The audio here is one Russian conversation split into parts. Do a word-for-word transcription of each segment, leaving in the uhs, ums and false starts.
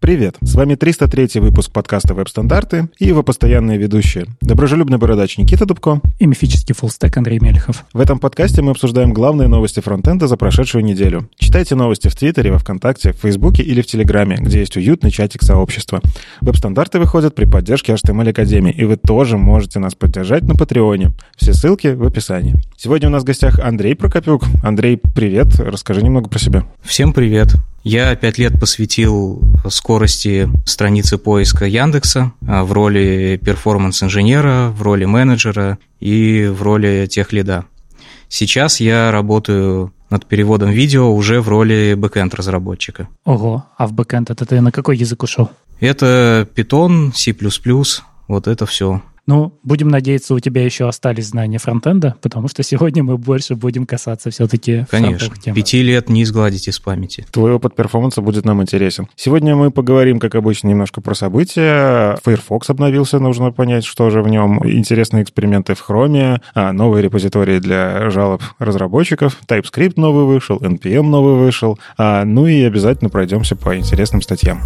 Привет! С вами триста третий выпуск подкаста «Веб-стандарты» и его постоянные ведущие. Доброжелюбный бородач Никита Дубко и мифический фуллстек Андрей Мелехов. В этом подкасте мы обсуждаем главные новости фронтенда за прошедшую неделю. Читайте новости в Твиттере, во Вконтакте, в Фейсбуке или в Телеграме, где есть уютный чатик сообщества. Веб-стандарты выходят при поддержке эйч ти эм эль Академии, и вы тоже можете нас поддержать на Патреоне. Все ссылки в описании. Сегодня у нас в гостях Андрей Прокопюк. Андрей, привет. Расскажи немного про себя. Всем привет. Я пять лет посвятил скорости страницы поиска Яндекса в роли перформанс-инженера, в роли менеджера и в роли техлида. Сейчас я работаю над переводом видео уже в роли бэкэнд-разработчика. Ого, а в бэкэнд это ты на какой язык ушел? Это Python, C++, вот это все. Ну, будем надеяться, у тебя еще остались знания фронтенда, потому что сегодня мы больше будем касаться все-таки фронтовых тем. Пяти лет не изгладить из памяти. Твой опыт перформанса будет нам интересен. Сегодня мы поговорим, как обычно, немножко про события. Firefox обновился, нужно понять, что же в нем. Интересные эксперименты в Chrome, новые репозитории для жалоб разработчиков, TypeScript новый вышел, эн пи эм новый вышел. Ну и обязательно пройдемся по интересным статьям.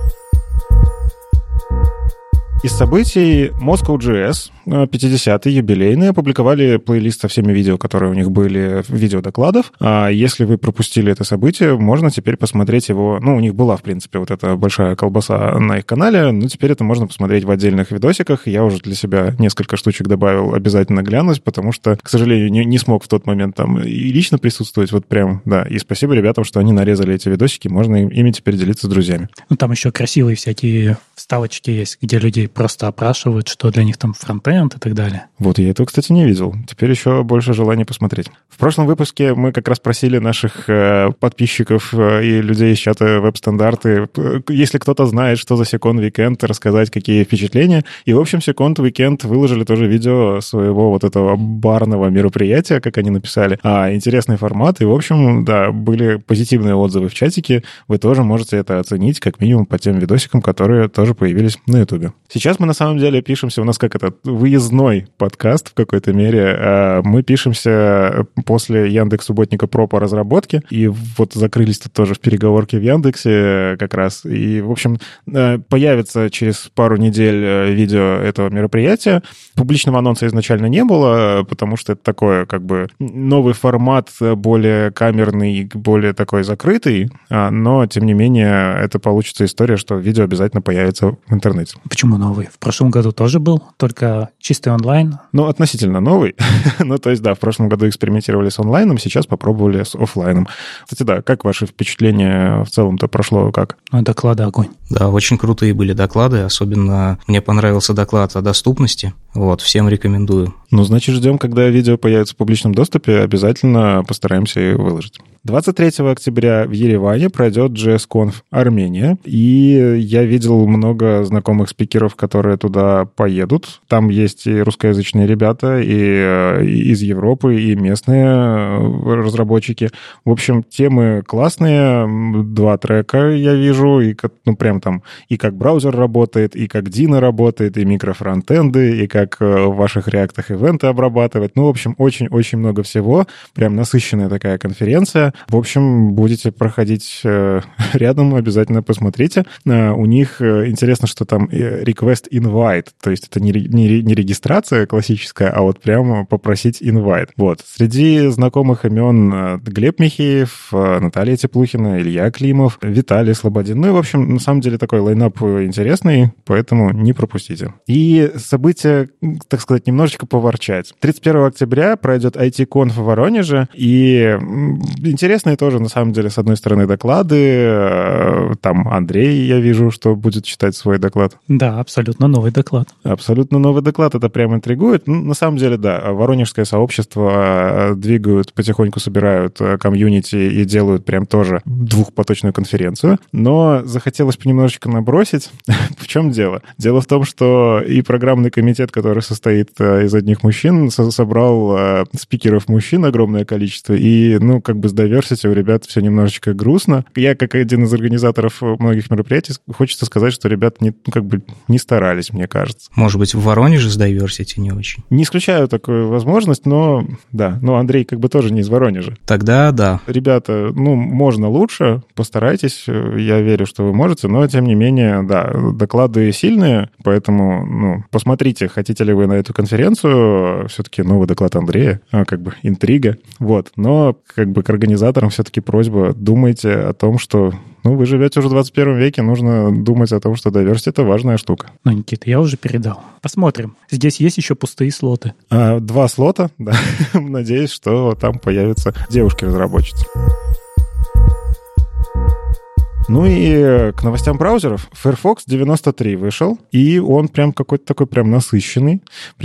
Из событий Moscow.js, пятидесятый, юбилейный, опубликовали плейлист со всеми видео, которые у них были, видеодокладов. А если вы пропустили это событие, можно теперь посмотреть его... Ну, у них была, в принципе, вот эта большая колбаса на их канале, но теперь это можно посмотреть в отдельных видосиках. Я уже для себя несколько штучек добавил, обязательно глянуть, потому что, к сожалению, не, не смог в тот момент там и лично присутствовать. Вот прям, да. И спасибо ребятам, что они нарезали эти видосики, можно ими теперь делиться с друзьями. Ну, там еще красивые всякие вставочки есть, где людей просто опрашивают, что для них там фронтенд и так далее. Вот, я этого, кстати, не видел. Теперь еще больше желания посмотреть. В прошлом выпуске мы как раз просили наших э, подписчиков э, и людей из чата веб-стандарты, э, если кто-то знает, что за Second Weekend, рассказать, какие впечатления. И, в общем, Second Weekend выложили тоже видео своего вот этого барного мероприятия, как они написали. А, интересный формат. И, в общем, да, были позитивные отзывы в чатике. Вы тоже можете это оценить, как минимум, по тем видосикам, которые тоже появились на Ютубе. Сейчас мы на самом деле пишемся, у нас как это, выездной подкаст в какой-то мере. Мы пишемся после Яндекс.Субботника Про по разработке, и вот закрылись тут тоже в переговорке в Яндексе как раз. И, в общем, появится через пару недель видео этого мероприятия. Публичного анонса изначально не было, потому что это такой как бы новый формат, более камерный, более такой закрытый, но, тем не менее, это получится история, что видео обязательно появится в интернете. Почему новый? В прошлом году тоже был, только чистый онлайн? Ну, относительно новый. Ну, то есть, да, в прошлом году экспериментировали с онлайном, сейчас попробовали с офлайном. Кстати, да, как ваши впечатления в целом-то прошло, как? Ну, доклады огонь. Да, очень крутые были доклады, особенно мне понравился доклад о доступности. Вот, всем рекомендую. Ну, значит, ждем, когда видео появится в публичном доступе, обязательно постараемся и выложить. двадцать третьего октября в Ереване пройдет джей эс конф Армения, и я видел много знакомых спикеров, которые туда поедут. Там есть и русскоязычные ребята, и из Европы, и местные разработчики. В общем, темы классные, два трека я вижу, и ну прям там и как браузер работает, и как Dino работает, и микрофронтенды, и как в ваших реактах ивенты обрабатывать. Ну, в общем, очень-очень много всего. Прям насыщенная такая конференция. В общем, будете проходить рядом, обязательно посмотрите. У них интересно, что там request invite, то есть это не, не, не регистрация классическая, а вот прямо попросить invite. Вот. Среди знакомых имен Глеб Михеев, Наталья Теплухина, Илья Климов, Виталий Слободин. Ну и, в общем, на самом деле такой лайнап интересный, поэтому не пропустите. И события, так сказать, немножечко поворчать. тридцать первого октября пройдет ай ти-конф в Воронеже, и интересные тоже, на самом деле, с одной стороны, доклады. Там Андрей, я вижу, что будет читать свой доклад. Да, абсолютно новый доклад. Абсолютно новый доклад, это прям интригует. Ну, на самом деле, да, воронежское сообщество двигают, потихоньку собирают комьюнити и делают прям тоже двухпоточную конференцию. Но захотелось понемножечко набросить. В чем дело? Дело в том, что и программный комитет, который состоит из одних мужчин, собрал спикеров мужчин огромное количество, и, ну, как бы с diversity у ребят все немножечко грустно. Я, как один из организаторов многих мероприятий, хочется сказать, что ребята не, ну, как бы не старались, мне кажется. Может быть, в Воронеже с diversity не очень? Не исключаю такую возможность, но да. Но Андрей как бы тоже не из Воронежа. Тогда да. Ребята, ну, можно лучше, постарайтесь. Я верю, что вы можете, но тем не менее, да, доклады сильные, поэтому, ну, посмотрите, хотите ли вы на эту конференцию, все-таки новый доклад Андрея, как бы интрига, вот, но как бы к организаторам все-таки просьба, думайте о том, что, ну, вы живете уже в двадцать первом веке, нужно думать о том, что diversity — это важная штука. Ну, Никита, я уже передал. Посмотрим. Здесь есть еще пустые слоты. А, два слота, да. Надеюсь, что там появятся девушки-разработчицы. Ну и к новостям браузеров. Firefox девяносто три вышел, и он прям какой-то такой прям насыщенный.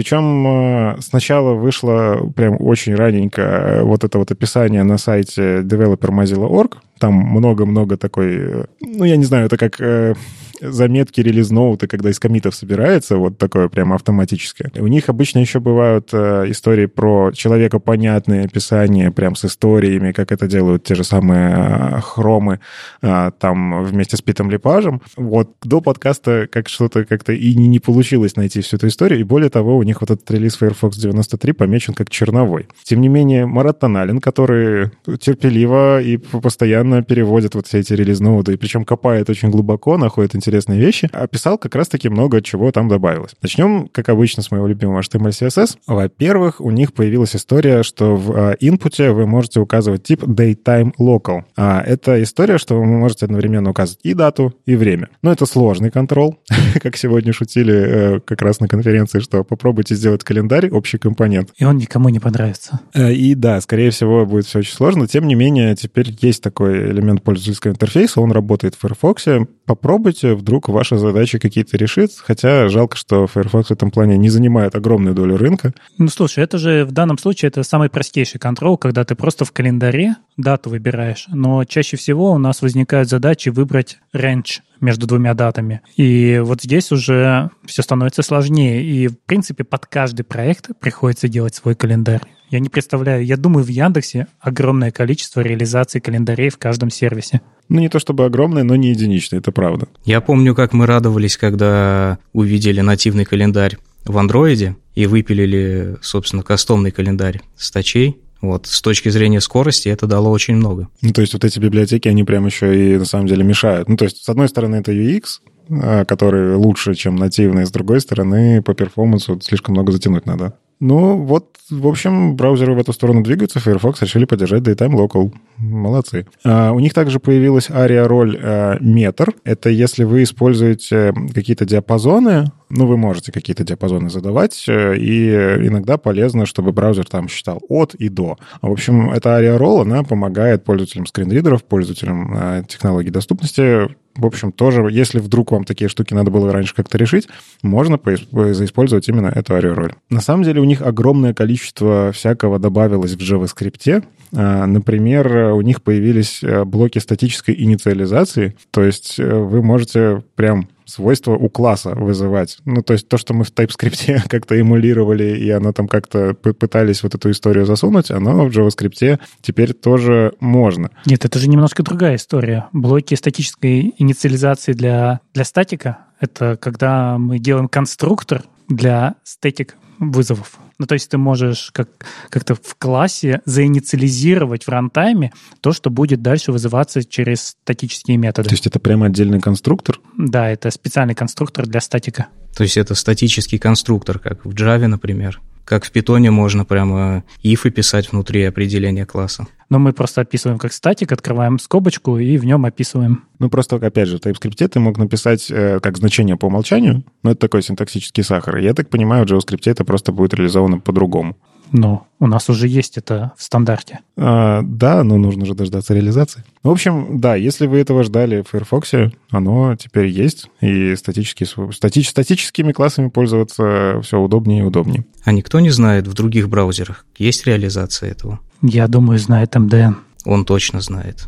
Причем сначала вышло прям очень раненько вот это вот описание на сайте developer mozilla точка org. Там много-много такой... Ну, я не знаю, это как... заметки релиз-ноуты, когда из коммитов собирается, вот такое прямо автоматическое. У них обычно еще бывают э, истории про человекопонятные описания, прям с историями, как это делают те же самые э, хромы э, там вместе с Питом Лепажем. Вот до подкаста как что-то как-то и не, не получилось найти всю эту историю, и более того, у них вот этот релиз Firefox девяносто три помечен как черновой. Тем не менее, Марат Тоналин, который терпеливо и постоянно переводит вот все эти релиз-ноуты, и причем копает очень глубоко, находит интересные вещи, описал как раз-таки много чего там добавилось. Начнем, как обычно, с моего любимого эйч ти эм эль си эс эс. Во-первых, у них появилась история, что в инпуте вы можете указывать тип datetime local. А это история, что вы можете одновременно указывать и дату, и время. Но это сложный контрол, как сегодня шутили как раз на конференции, что попробуйте сделать календарь, общий компонент. И он никому не понравится. И да, скорее всего, будет все очень сложно. Тем не менее, теперь есть такой элемент пользовательского интерфейса, он работает в Firefox. Попробуйте, вдруг ваши задачи какие-то решит, хотя жалко, что Firefox в этом плане не занимает огромную долю рынка. Ну, слушай, это же в данном случае это самый простейший контрол, когда ты просто в календаре дату выбираешь, но чаще всего у нас возникают задачи выбрать range между двумя датами. И вот здесь уже все становится сложнее, и, в принципе, под каждый проект приходится делать свой календарь. Я не представляю, я думаю, в Яндексе огромное количество реализаций календарей в каждом сервисе. Ну, не то чтобы огромное, но не единичное, это правда. Я помню, как мы радовались, когда увидели нативный календарь в Андроиде и выпилили, собственно, кастомный календарь статей. Вот, с точки зрения скорости это дало очень много. Ну, то есть вот эти библиотеки, они прям еще и на самом деле мешают. Ну, то есть, с одной стороны, это ю экс, который лучше, чем нативный, с другой стороны, по перформансу слишком много затянуть надо. Ну, вот, в общем, браузеры в эту сторону двигаются, Firefox решили поддержать Datetime Local. Молодцы. А, у них также появилась ария-роль а, метр. Это если вы используете какие-то диапазоны, ну, вы можете какие-то диапазоны задавать, и иногда полезно, чтобы браузер там считал от и до. В общем, эта ария-ролл, она помогает пользователям скринридеров, пользователям а, технологий доступности. В общем, тоже, если вдруг вам такие штуки надо было раньше как-то решить, можно заиспользовать именно эту ария-роль. На самом деле у них огромное количество всякого добавилось в JavaScript. Например, у них появились блоки статической инициализации, то есть вы можете прям свойства у класса вызывать. Ну, то есть то, что мы в TypeScript как-то эмулировали, и оно там как-то пытались вот эту историю засунуть, оно в JavaScript теперь тоже можно. Нет, это же немножко другая история. Блоки статической инициализации для, для статика — это когда мы делаем конструктор для статик вызовов. Ну, то есть ты можешь как, как-то в классе заинициализировать в рантайме то, что будет дальше вызываться через статические методы. То есть это прямо отдельный конструктор? Да, это специальный конструктор для статика. То есть это статический конструктор, как в Java, например. Как в Python можно прямо ифы писать внутри определения класса. Но мы просто описываем как статик, открываем скобочку и в нем описываем. Ну, просто, опять же, в TypeScript ты мог написать э, как значение по умолчанию, но это такой синтаксический сахар. Я так понимаю, в JavaScript это просто будет реализовано по-другому. Но у нас уже есть это в стандарте. А, да, но нужно же дождаться реализации. В общем, да, если вы этого ждали в Firefox, оно теперь есть, и статически, стати, статическими классами пользоваться все удобнее и удобнее. А никто не знает в других браузерах, есть реализация этого? Я думаю, знает эм дэ эн. Он точно знает.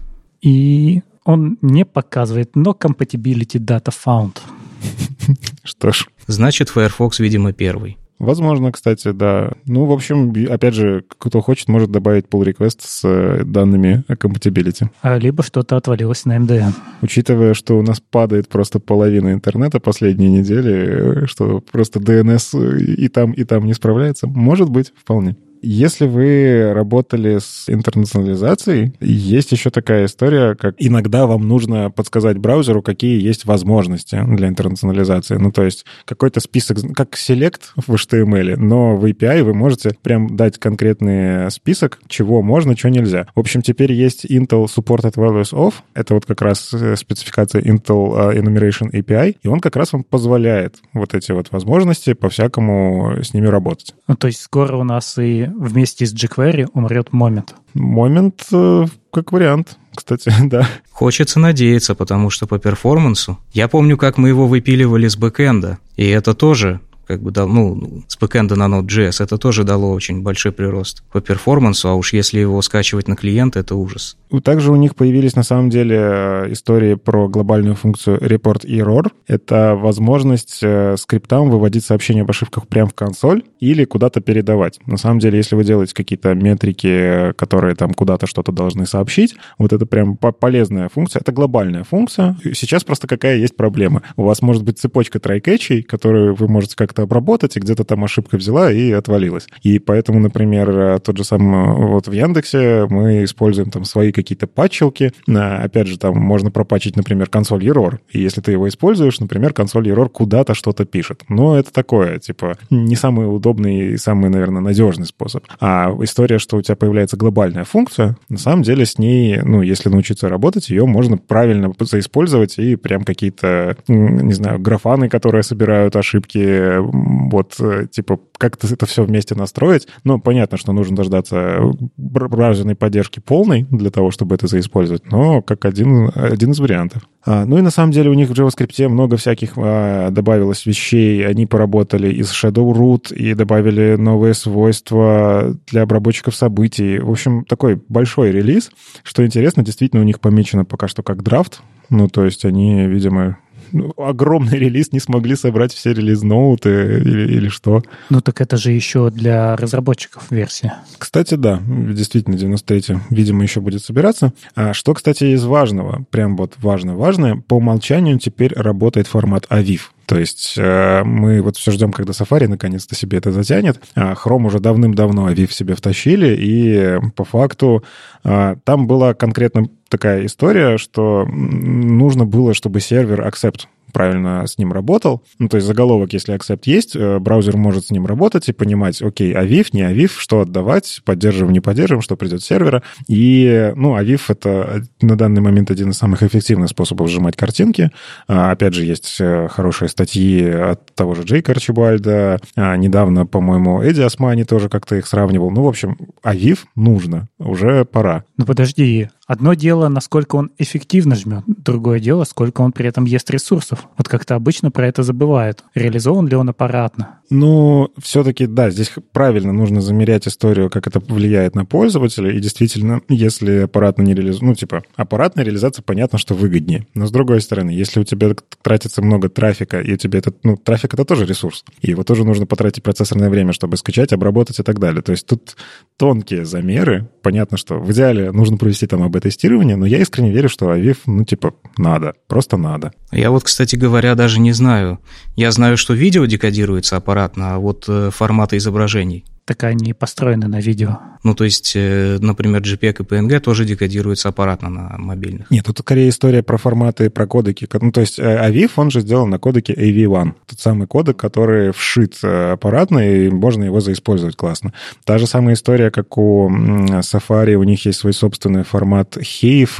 И он не показывает no compatibility data found. Что ж. Значит, Firefox, видимо, первый. Возможно, кстати, да. Ну, в общем, опять же, кто хочет, может добавить pull request с данными compatibility. Либо что-то отвалилось на эм дэ эн. Учитывая, что у нас падает просто половина интернета последние недели, что просто ди эн эс и там, и там не справляется, может быть, вполне. Если вы работали с интернационализацией, есть еще такая история, как иногда вам нужно подсказать браузеру, какие есть возможности для интернационализации. Ну, то есть какой-то список, как Select в эйч ти эм эл, но в эй пи ай вы можете прям дать конкретный список, чего можно, чего нельзя. В общем, теперь есть Intel Supported Values Of. Это вот как раз спецификация Intel Enumeration эй пи ай, и он как раз вам позволяет вот эти вот возможности по-всякому с ними работать. Ну, то есть скоро у нас и вместе с jQuery умрет Moment. Момент как вариант, кстати, да. Хочется надеяться, потому что по перформансу... Я помню, как мы его выпиливали с бэкэнда, и это тоже... как бы дал, ну, с бэкэнда на Node.js, это тоже дало очень большой прирост по перформансу, а уж если его скачивать на клиент, это ужас. Также у них появились, на самом деле, истории про глобальную функцию Report Error. Это возможность скриптам выводить сообщения об ошибках прямо в консоль или куда-то передавать. На самом деле, если вы делаете какие-то метрики, которые там куда-то что-то должны сообщить, вот это прям полезная функция. Это глобальная функция. Сейчас просто какая есть проблема. У вас может быть цепочка трайкетчей, которую вы можете как-то обработать, и где-то там ошибка взяла и отвалилась. И поэтому, например, тот же самый вот в Яндексе мы используем там свои какие-то патчилки. Опять же, там можно пропатчить, например, консоль error. И если ты его используешь, например, консоль error куда-то что-то пишет. Но это такое, типа, не самый удобный и самый, наверное, надежный способ. А история, что у тебя появляется глобальная функция, на самом деле с ней, ну, если научиться работать, ее можно правильно заиспользовать и прям какие-то, не знаю, графаны, которые собирают ошибки, вот, типа, как-то это все вместе настроить. Ну, понятно, что нужно дождаться браузерной поддержки полной для того, чтобы это заиспользовать, но как один, один из вариантов. А, ну и на самом деле у них в JavaScript много всяких а, добавилось вещей. Они поработали из Shadow Root и добавили новые свойства для обработчиков событий. В общем, такой большой релиз. Что интересно, действительно у них помечено пока что как драфт. Ну, то есть они, видимо... Ну, огромный релиз, не смогли собрать все релиз-ноуты или, или что. Ну так это же еще для разработчиков версия. Кстати, да, действительно, девяносто третий, видимо, еще будет собираться. А что, кстати, из важного, прям вот важно-важное, по умолчанию теперь работает формат авив. То есть э, мы вот все ждем, когда Safari наконец-то себе это затянет. А Chrome уже давным-давно авив себе втащили, и по факту э, там была конкретно такая история, что нужно было, чтобы сервер accept правильно с ним работал. Ну, то есть заголовок, если accept есть, браузер может с ним работать и понимать, окей, авив, не авив, что отдавать, поддерживаем, не поддерживаем, что придет с сервера. И, ну, авив — это на данный момент один из самых эффективных способов сжимать картинки. Опять же, есть хорошие статьи от того же Джейка Арчибальда. Недавно, по-моему, Эдди Османи тоже как-то их сравнивал. Ну, в общем, авив нужно, уже пора. Ну, подожди. Одно дело, насколько он эффективно жмет, другое дело, сколько он при этом ест ресурсов. Вот как-то обычно про это забывают. Реализован ли он аппаратно? Ну, все-таки, да, здесь правильно нужно замерять историю, как это влияет на пользователя. И действительно, если аппаратно не реализуется... Ну, типа, аппаратная реализация, понятно, что выгоднее. Но с другой стороны, если у тебя тратится много трафика, и у тебя этот... Ну, трафик — это тоже ресурс. И его тоже нужно потратить процессорное время, чтобы скачать, обработать и так далее. То есть тут тонкие замеры. Понятно, что в идеале нужно провести там эй-би-тестирование, но я искренне верю, что авив, ну, типа, надо. Просто надо. Я вот, кстати говоря, даже не знаю. Я знаю, что видео декодируется аппаратно, а вот э, форматы изображений. Так они построены на видео. Ну, то есть, э, например, джей пи и и пи эн джи тоже декодируются аппаратно на мобильных. Нет, тут скорее история про форматы, про кодеки. Ну, то есть авив, он же сделан на кодеке эй ви один. Тот самый кодек, который вшит аппаратно, и можно его заиспользовать классно. Та же самая история, как у Safari, у них есть свой собственный формат хейф,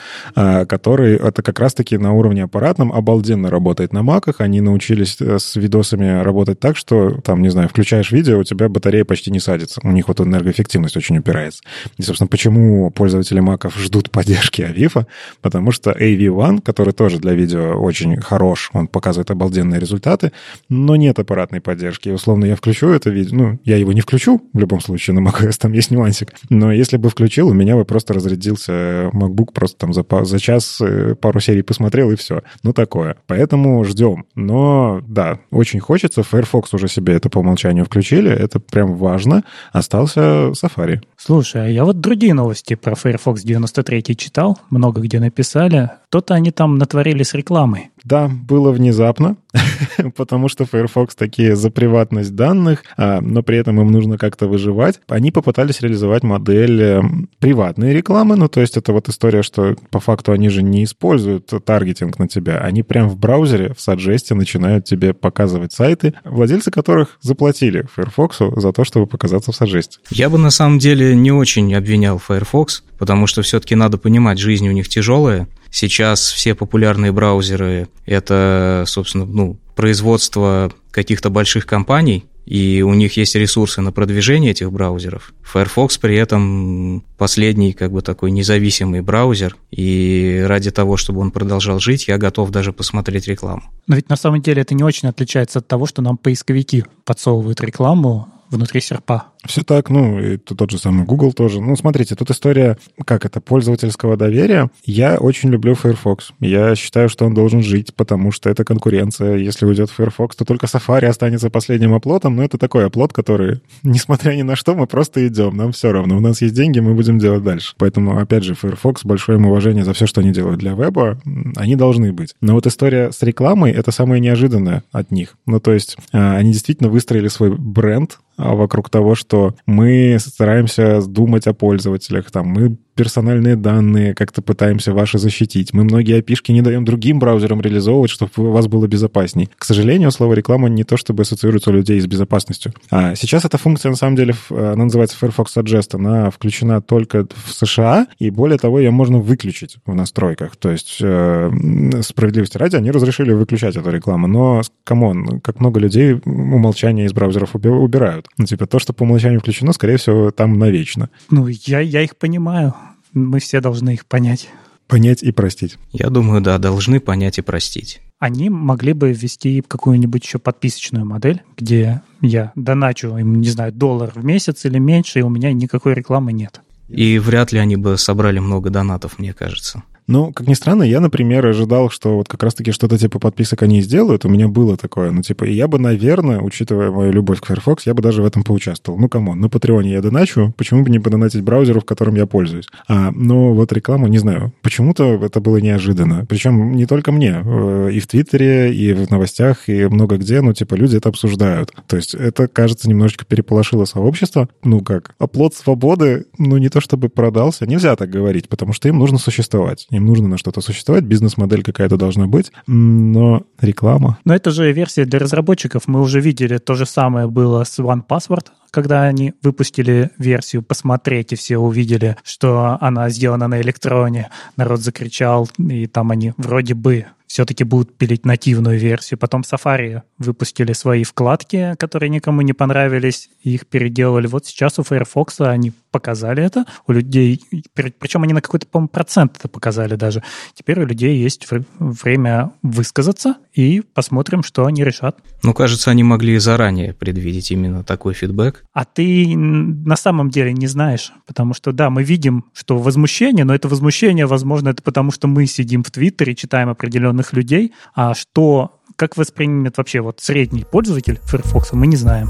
который это как раз-таки на уровне аппаратном обалденно работает на маках. Они научились с видосами работать так, что, там, не знаю, включаешь видео, у тебя батарея почти не садится. У них вот энергоэффективность очень упирается. И, собственно, почему пользователи маков ждут поддержки авифа? Потому что эй ви один, который тоже для видео очень хорош, он показывает обалденные результаты, но нет аппаратной поддержки. И, условно, я включу это видео, ну, я его не включу, в любом случае, на macOS там есть нюансик, но если бы включил, у меня бы просто разрядился MacBook, просто там за, за час пару серий посмотрел, и все. Ну, такое. Поэтому ждем. Но, да, очень хочется. Firefox уже себе это по умолчанию включили, это прям важно. Остался Safari. Слушай, а я вот другие новости про Firefox девяносто третий читал, много где написали. что-то они там натворили с рекламой. Да, было внезапно, потому что Firefox такие за приватность данных, но при этом им нужно как-то выживать. Они попытались реализовать модель приватной рекламы, ну то есть это вот история, что по факту они же не используют таргетинг на тебя, они прям в браузере, в Suggest начинают тебе показывать сайты, владельцы которых заплатили Firefox за то, чтобы показаться в Suggest. Я бы на самом деле не очень обвинял Firefox, потому что все-таки надо понимать, жизнь у них тяжелая. Сейчас все популярные браузеры — это, собственно, ну, производство каких-то больших компаний, и у них есть ресурсы на продвижение этих браузеров. Firefox при этом последний, как бы, такой независимый браузер, и ради того, чтобы он продолжал жить, я готов даже посмотреть рекламу. Но ведь на самом деле это не очень отличается от того, что нам поисковики подсовывают рекламу внутри серпа. Все так, ну, и тот же самый Google тоже. Ну, смотрите, тут история, как это, пользовательского доверия. Я очень люблю Firefox. Я считаю, что он должен жить, потому что это конкуренция. Если уйдет Firefox, то только Safari останется последним оплотом, но это такой оплот, который, несмотря ни на что, мы просто идем. Нам все равно. У нас есть деньги, мы будем делать дальше. Поэтому, опять же, Firefox, большое им уважение за все, что они делают для веба. Они должны быть. Но вот история с рекламой — это самое неожиданное от них. Ну, то есть они действительно выстроили свой бренд вокруг того, что мы стараемся думать о пользователях, там, мы персональные данные как-то пытаемся ваши защитить. Мы многие эй пи ай-шки не даем другим браузерам реализовывать, чтобы у вас было безопасней. К сожалению, слово «реклама» не то чтобы ассоциируется у людей с безопасностью. А сейчас эта функция, на самом деле, она называется Firefox Suggest, она включена только в США, и более того, ее можно выключить в настройках. То есть, э, справедливости ради, они разрешили выключать эту рекламу, но, камон, как много людей умолчание из браузеров убирают. Ну, типа, то, что по умолчанию включено, скорее всего, там навечно. Ну, я, я их понимаю. Мы все должны их понять. Понять и простить. Я думаю, да, должны понять и простить. Они могли бы ввести какую-нибудь еще подписочную модель, где я доначу им, не знаю, доллар в месяц или меньше, и у меня никакой рекламы нет. И вряд ли они бы собрали много донатов, мне кажется. Ну, как ни странно, я, например, ожидал, что вот как раз-таки что-то типа подписок они сделают. У меня было такое. Ну, типа, и я бы, наверное, учитывая мою любовь к Firefox, я бы даже в этом поучаствовал. Ну, камон, на Патреоне я доначу, почему бы не подонатить браузеру, в котором я пользуюсь? А, но вот рекламу, не знаю, почему-то это было неожиданно. Причем не только мне. И в Твиттере, и в новостях, и много где, ну, типа, люди это обсуждают. То есть это, кажется, немножечко переполошило сообщество. Ну, как? Оплот свободы, ну, не то чтобы продался. Нельзя так говорить, потому что им нужно существовать. Им нужно на что-то существовать, бизнес-модель какая-то должна быть, но реклама... Но это же версия для разработчиков. Мы уже видели, то же самое было с OnePassword, когда они выпустили версию посмотреть, и все увидели, что она сделана на электроне. Народ закричал, и там они вроде бы все-таки будут пилить нативную версию. Потом Safari выпустили свои вкладки, которые никому не понравились, и их переделали. Вот сейчас у Firefox они показали это. У людей, причем они на какой-то, по-моему, процент это показали даже. Теперь у людей есть время высказаться, и посмотрим, что они решат. Ну, кажется, они могли заранее предвидеть именно такой фидбэк. А ты на самом деле не знаешь, потому что, да, мы видим, что возмущение, но это возмущение, возможно, это потому, что мы сидим в Твиттере, читаем определенных людей, а что, как воспримет вообще вот средний пользователь Firefox, мы не знаем.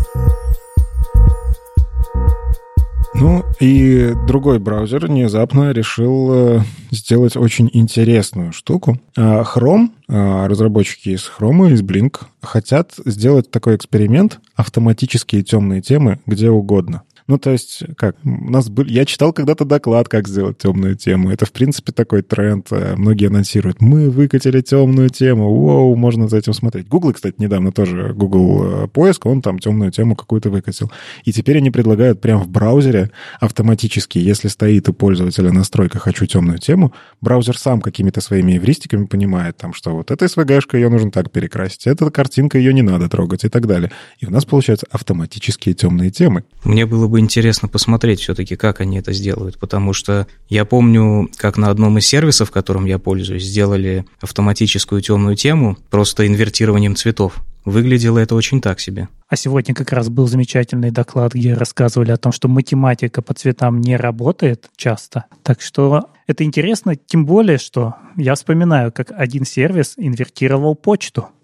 Ну, и другой браузер внезапно решил сделать очень интересную штуку. Chrome, разработчики из Chrome, из Blink, хотят сделать такой эксперимент: автоматические темные темы где угодно. Ну, то есть, как, у нас был... Я читал когда-то доклад, как сделать темную тему. Это, в принципе, такой тренд. Многие анонсируют: мы выкатили темную тему, воу, можно за этим смотреть. Google, кстати, недавно тоже, Google поиск, он там темную тему какую-то выкатил. И теперь они предлагают прямо в браузере автоматически, если стоит у пользователя настройка «хочу темную тему», браузер сам какими-то своими эвристиками понимает, там, что вот эта эс ви джи-шка, ее нужно так перекрасить, эта картинка, ее не надо трогать и так далее. И у нас получаются автоматические темные темы. Мне было бы интересно посмотреть все-таки, как они это сделают, потому что я помню, как на одном из сервисов, которым я пользуюсь, сделали автоматическую темную тему просто инвертированием цветов. Выглядело это очень так себе. А сегодня как раз был замечательный доклад, где рассказывали о том, что математика по цветам не работает часто. Так что это интересно, тем более, что я вспоминаю, как один сервис инвертировал почту.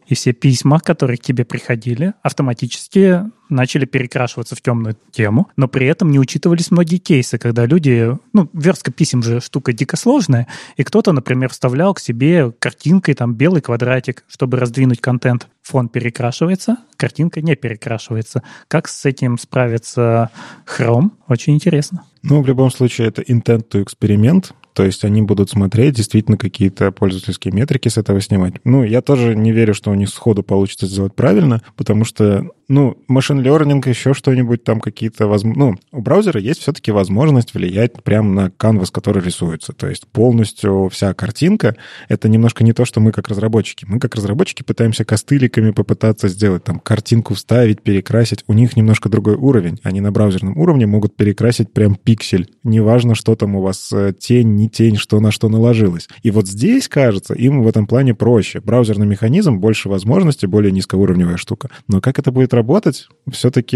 и все письма, которые к тебе приходили, автоматически начали перекрашиваться в темную тему, но при этом не учитывались многие кейсы, когда люди... Ну, верстка писем же штука дико сложная, и кто-то, например, вставлял к себе картинкой там белый квадратик, чтобы раздвинуть контент. Фон перекрашивается, картинка не перекрашивается. Как с этим справится Chrome? Очень интересно. Ну, в любом случае, это intent to experiment, то есть они будут смотреть, действительно какие-то пользовательские метрики с этого снимать. Ну, я тоже не верю, что у них сходу получится сделать правильно, потому что, ну, machine learning, еще что-нибудь, там какие-то... Воз... Ну, у браузера есть все-таки возможность влиять прямо на канвас, который рисуется. То есть полностью вся картинка — это немножко не то, что мы как разработчики. Мы как разработчики пытаемся костыликами попытаться сделать, там, картинку вставить, перекрасить. У них немножко другой уровень. Они на браузерном уровне могут перекрасить прям пиксель. Неважно, что там у вас тень, не тень, что на что наложилось. И вот здесь, кажется, им в этом плане проще. Браузерный механизм, больше возможностей, более низкоуровневая штука. Но как это будет работать? Все-таки,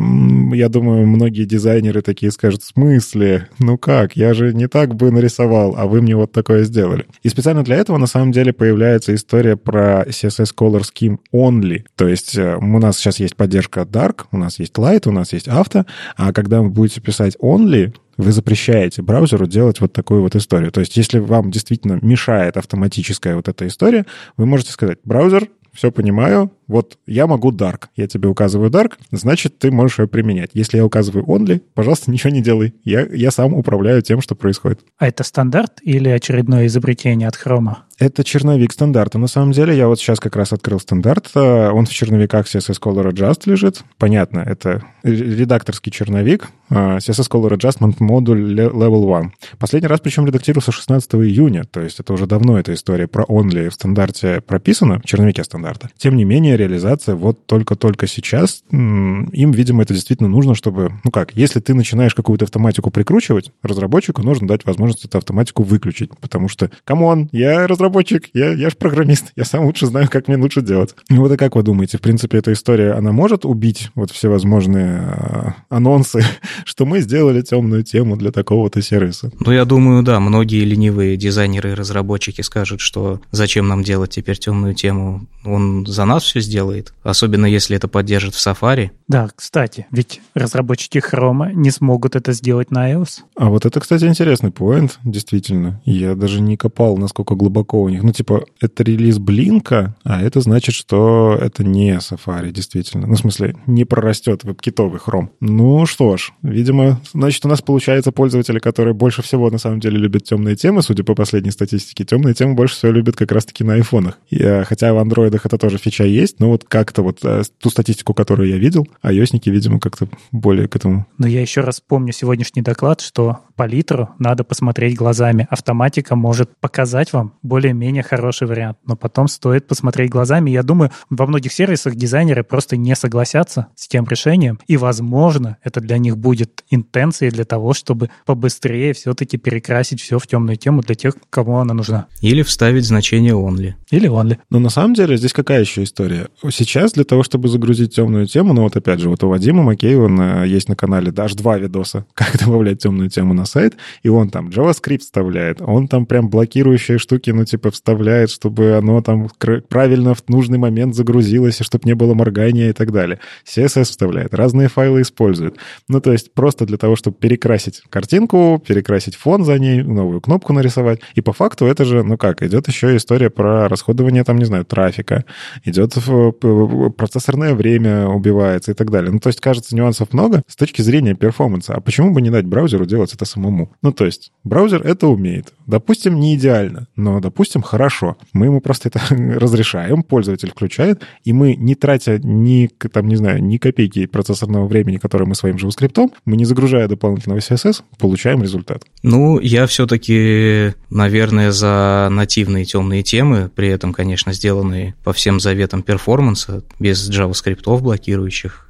я думаю, многие дизайнеры такие скажут: в смысле? Ну как? Я же не так бы нарисовал, а вы мне вот такое сделали. И специально для этого, на самом деле, появляется история про си эс эс Color Scheme Only. То есть у нас сейчас есть поддержка Dark, у нас есть Light, у нас есть Auto, а когда вы будете писать Only, вы запрещаете браузеру делать вот такую вот историю. То есть если вам действительно мешает автоматическая вот эта история, вы можете сказать: браузер, все понимаю, вот я могу Dark, я тебе указываю Dark, значит, ты можешь ее применять. Если я указываю Only, пожалуйста, ничего не делай. Я, я сам управляю тем, что происходит. А это стандарт или очередное изобретение от Chrome? Это черновик стандарта. На самом деле, я вот сейчас как раз открыл стандарт. Он в черновиках си эс эс Color Adjust лежит. Понятно, это редакторский черновик. си эс эс Color Adjustment модуль Level один. Последний раз, причем, редактировался шестнадцатого июня. То есть это уже давно эта история про Only в стандарте прописана, в черновике стандарта. Тем не менее, реализация вот только-только сейчас. Им, видимо, это действительно нужно, чтобы... Ну как, если ты начинаешь какую-то автоматику прикручивать, разработчику нужно дать возможность эту автоматику выключить. Потому что, камон, я разработчик, я, я же программист, я сам лучше знаю, как мне лучше делать. И вот и как вы думаете, в принципе, эта история, она может убить вот всевозможные анонсы, что мы сделали темную тему для такого-то сервиса? Ну, я думаю, да, многие ленивые дизайнеры и разработчики скажут, что зачем нам делать теперь темную тему, он за нас все сделает, особенно если это поддержит в Safari. Да, кстати, ведь разработчики Chrome не смогут это сделать на iOS. А вот это, кстати, интересный поинт, действительно. Я даже не копал, насколько глубоко у них. Ну, типа, это релиз Блинка, а это значит, что это не Safari, действительно. Ну, в смысле, не прорастет веб-китовый Chrome. Ну что ж, видимо, значит, у нас получается пользователи, которые больше всего, на самом деле, любят темные темы, судя по последней статистике. Темные темы больше всего любят как раз-таки на айфонах. И, хотя в андроидах это тоже фича есть, но вот как-то вот ту статистику, которую я видел, айосники, видимо, как-то более к этому. Но я еще раз помню сегодняшний доклад, что палитру надо посмотреть глазами. Автоматика может показать вам более-менее хороший вариант, но потом стоит посмотреть глазами. Я думаю, во многих сервисах дизайнеры просто не согласятся с тем решением, и, возможно, это для них будет интенцией для того, чтобы побыстрее все-таки перекрасить все в темную тему для тех, кому она нужна. Или вставить значение only. Или only. Но на самом деле здесь какая еще история? Сейчас для того, чтобы загрузить темную тему, ну вот опять же, вот у Вадима Макеева есть на канале аж два видоса, как добавлять темную тему на сайт, и он там JavaScript вставляет, он там прям блокирующие штуки, ну типа вставляет, чтобы оно там правильно в нужный момент загрузилось, и чтобы не было моргания и так далее. си эс эс вставляет, разные файлы использует. Ну то есть просто для того, чтобы перекрасить картинку, перекрасить фон за ней, новую кнопку нарисовать. И по факту это же, ну как, идет еще история про расходование там, не знаю, трафика, идет процессорное время убивается и так далее. Ну то есть, кажется, нюансов много с точки зрения перформанса. А почему бы не дать браузеру делать это самому? Ну то есть, браузер это умеет. Допустим, не идеально, но, допустим, хорошо. Мы ему просто это разрешаем, пользователь включает, и мы, не тратя ни, там, не знаю, ни копейки процессорного времени, которое мы своим JavaScript, мы не загружая дополнительного си эс эс, получаем результат. Ну, я все-таки, наверное, за нативные темные темы, при этом, конечно, сделанные по всем заветам перформанса, без JavaScript блокирующих,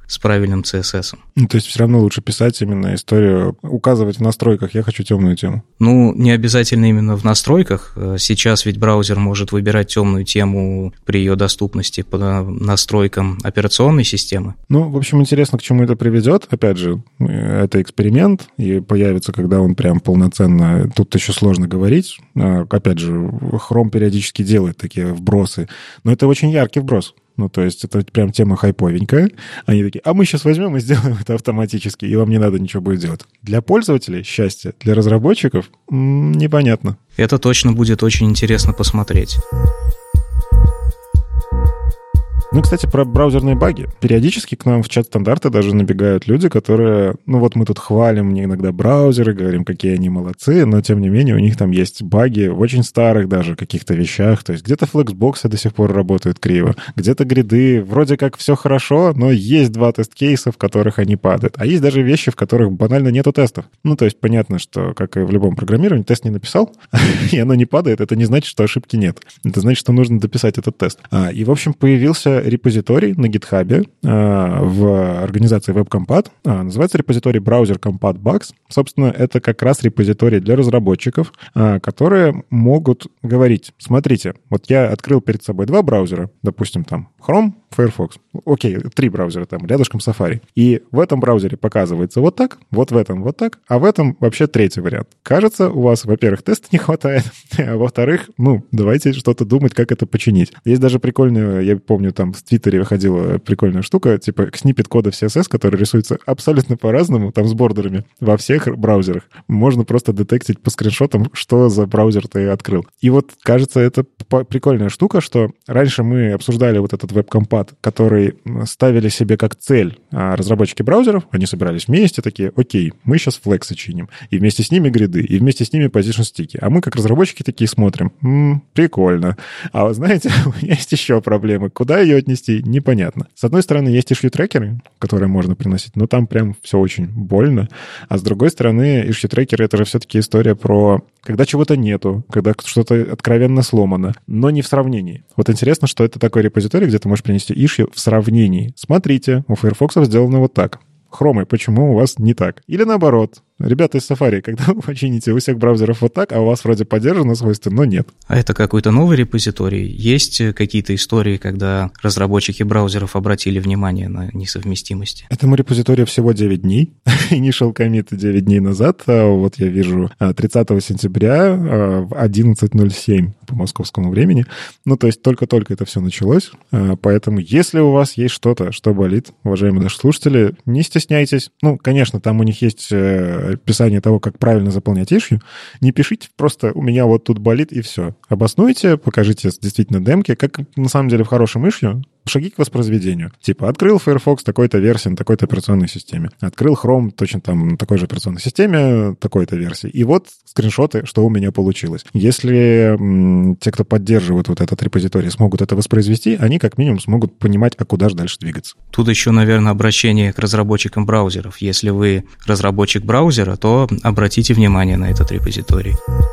с правильным си эс эс. Ну, то есть все равно лучше писать именно историю, указывать в настройках, я хочу темную тему. Ну, не обязательно именно в настройках. Сейчас ведь браузер может выбирать темную тему при ее доступности по настройкам операционной системы. Ну, в общем, интересно, к чему это приведет. Опять же, это эксперимент, и появится, когда он прям полноценно... Тут еще сложно говорить. Опять же, Chrome периодически делает такие вбросы, но это очень яркий вброс. Ну, то есть это прям тема хайповенькая. Они такие, а мы сейчас возьмем и сделаем это автоматически, и вам не надо ничего будет делать. Для пользователей счастье, для разработчиков м- непонятно. Это точно будет очень интересно посмотреть. Ну, кстати, про браузерные баги. Периодически к нам в чат стандарты даже набегают люди, которые... Ну, вот мы тут хвалим иногда браузеры, говорим, какие они молодцы, но, тем не менее, у них там есть баги в очень старых даже каких-то вещах. То есть где-то флексбоксы до сих пор работают криво, где-то гриды. Вроде как все хорошо, но есть два тест-кейса, в которых они падают. А есть даже вещи, в которых банально нету тестов. Ну, то есть понятно, что, как и в любом программировании, тест не написал, и оно не падает. Это не значит, что ошибки нет. Это значит, что нужно дописать этот тест. А, и, в общем, появился репозиторий на GitHub а, в организации WebCompat. А, называется репозиторий Browser Compat Bugs. Собственно, это как раз репозиторий для разработчиков, а, которые могут говорить, смотрите, вот я открыл перед собой два браузера, допустим, там Chrome, Firefox. Окей, три браузера там, рядышком Safari. И в этом браузере показывается вот так, вот в этом вот так, а в этом вообще третий вариант. Кажется, у вас, во-первых, теста не хватает, а во-вторых, ну, давайте что-то думать, как это починить. Есть даже прикольная, я помню, там в Твиттере выходила прикольная штука, типа сниппет кода в си эс эс, который рисуется абсолютно по-разному, там с бордерами, во всех браузерах. Можно просто детектить по скриншотам, что за браузер ты открыл. И вот, кажется, это прикольная штука, что раньше мы обсуждали вот этот WebCompat, который ставили себе как цель разработчики браузеров, они собирались вместе, такие, окей, мы сейчас флексы чиним, и вместе с ними гриды, и вместе с ними position стики. А мы, как разработчики, такие смотрим, м-м, прикольно. А вы знаете, у меня есть еще проблемы. Куда ее отнести, непонятно. С одной стороны, есть issue-трекеры, которые можно приносить, но там прям все очень больно. А с другой стороны, issue-трекеры — это же все-таки история про когда чего-то нету, когда что-то откровенно сломано, но не в сравнении. Вот интересно, что это такой репозиторий, где ты можешь принести issue в сравнении. Смотрите, у Firefox сделано вот так. Chrome, почему у вас не так? Или наоборот. Ребята из Safari, когда вы почините у всех браузеров вот так, а у вас вроде поддержано свойство, но нет. А это какой-то новый репозиторий? Есть какие-то истории, когда разработчики браузеров обратили внимание на несовместимости? Этому репозиторию всего девять дней. Initial commit девять дней назад. Вот я вижу тридцатого сентября в одиннадцать ноль семь по московскому времени. Ну, то есть только-только это все началось. Поэтому если у вас есть что-то, что болит, уважаемые наши слушатели, не стесняйтесь. Ну, конечно, там у них есть описание того, как правильно заполнять issue. Не пишите просто «у меня вот тут болит» и все. Обоснуйте, покажите действительно демки, как на самом деле в хорошем issue, шаги к воспроизведению. Типа открыл Firefox такой-то версии на такой-то операционной системе. Открыл Chrome точно там на такой же операционной системе такой-то версии. И вот скриншоты, что у меня получилось. Если м, те, кто поддерживает вот этот репозиторий, смогут это воспроизвести, они как минимум смогут понимать, а куда же дальше двигаться. Тут еще, наверное, обращение к разработчикам браузеров. Если вы разработчик браузера, то обратите внимание на этот репозиторий.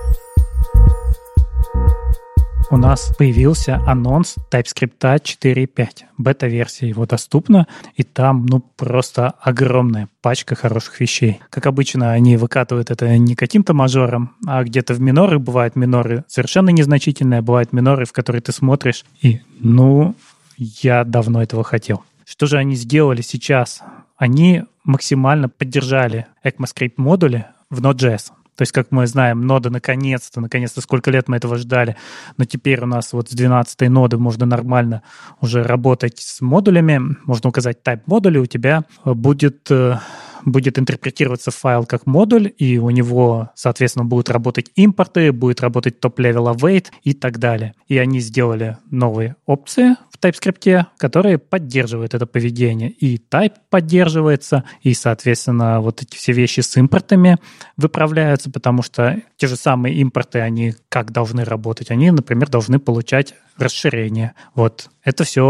У нас появился анонс TypeScript четыре пять. Бета-версия его доступна, и там, ну, просто огромная пачка хороших вещей. Как обычно, они выкатывают это не каким-то мажором, а где-то в миноры. Бывают миноры совершенно незначительные, бывают миноры, в которые ты смотришь, и, ну, я давно этого хотел. Что же они сделали сейчас? Они максимально поддержали ECMAScript модули в Node.js. То есть, как мы знаем, нода наконец-то, наконец-то, сколько лет мы этого ждали, но теперь у нас вот с двенадцатой ноды можно нормально уже работать с модулями, можно указать type модуля, у тебя будет, будет интерпретироваться файл как модуль, и у него, соответственно, будут работать импорты, будет работать top-level await и так далее. И они сделали новые опции в TypeScript, которые поддерживают это поведение. И type поддерживается, и, соответственно, вот эти все вещи с импортами выправляются, потому что те же самые импорты, они как должны работать? Они, например, должны получать расширение. Вот это все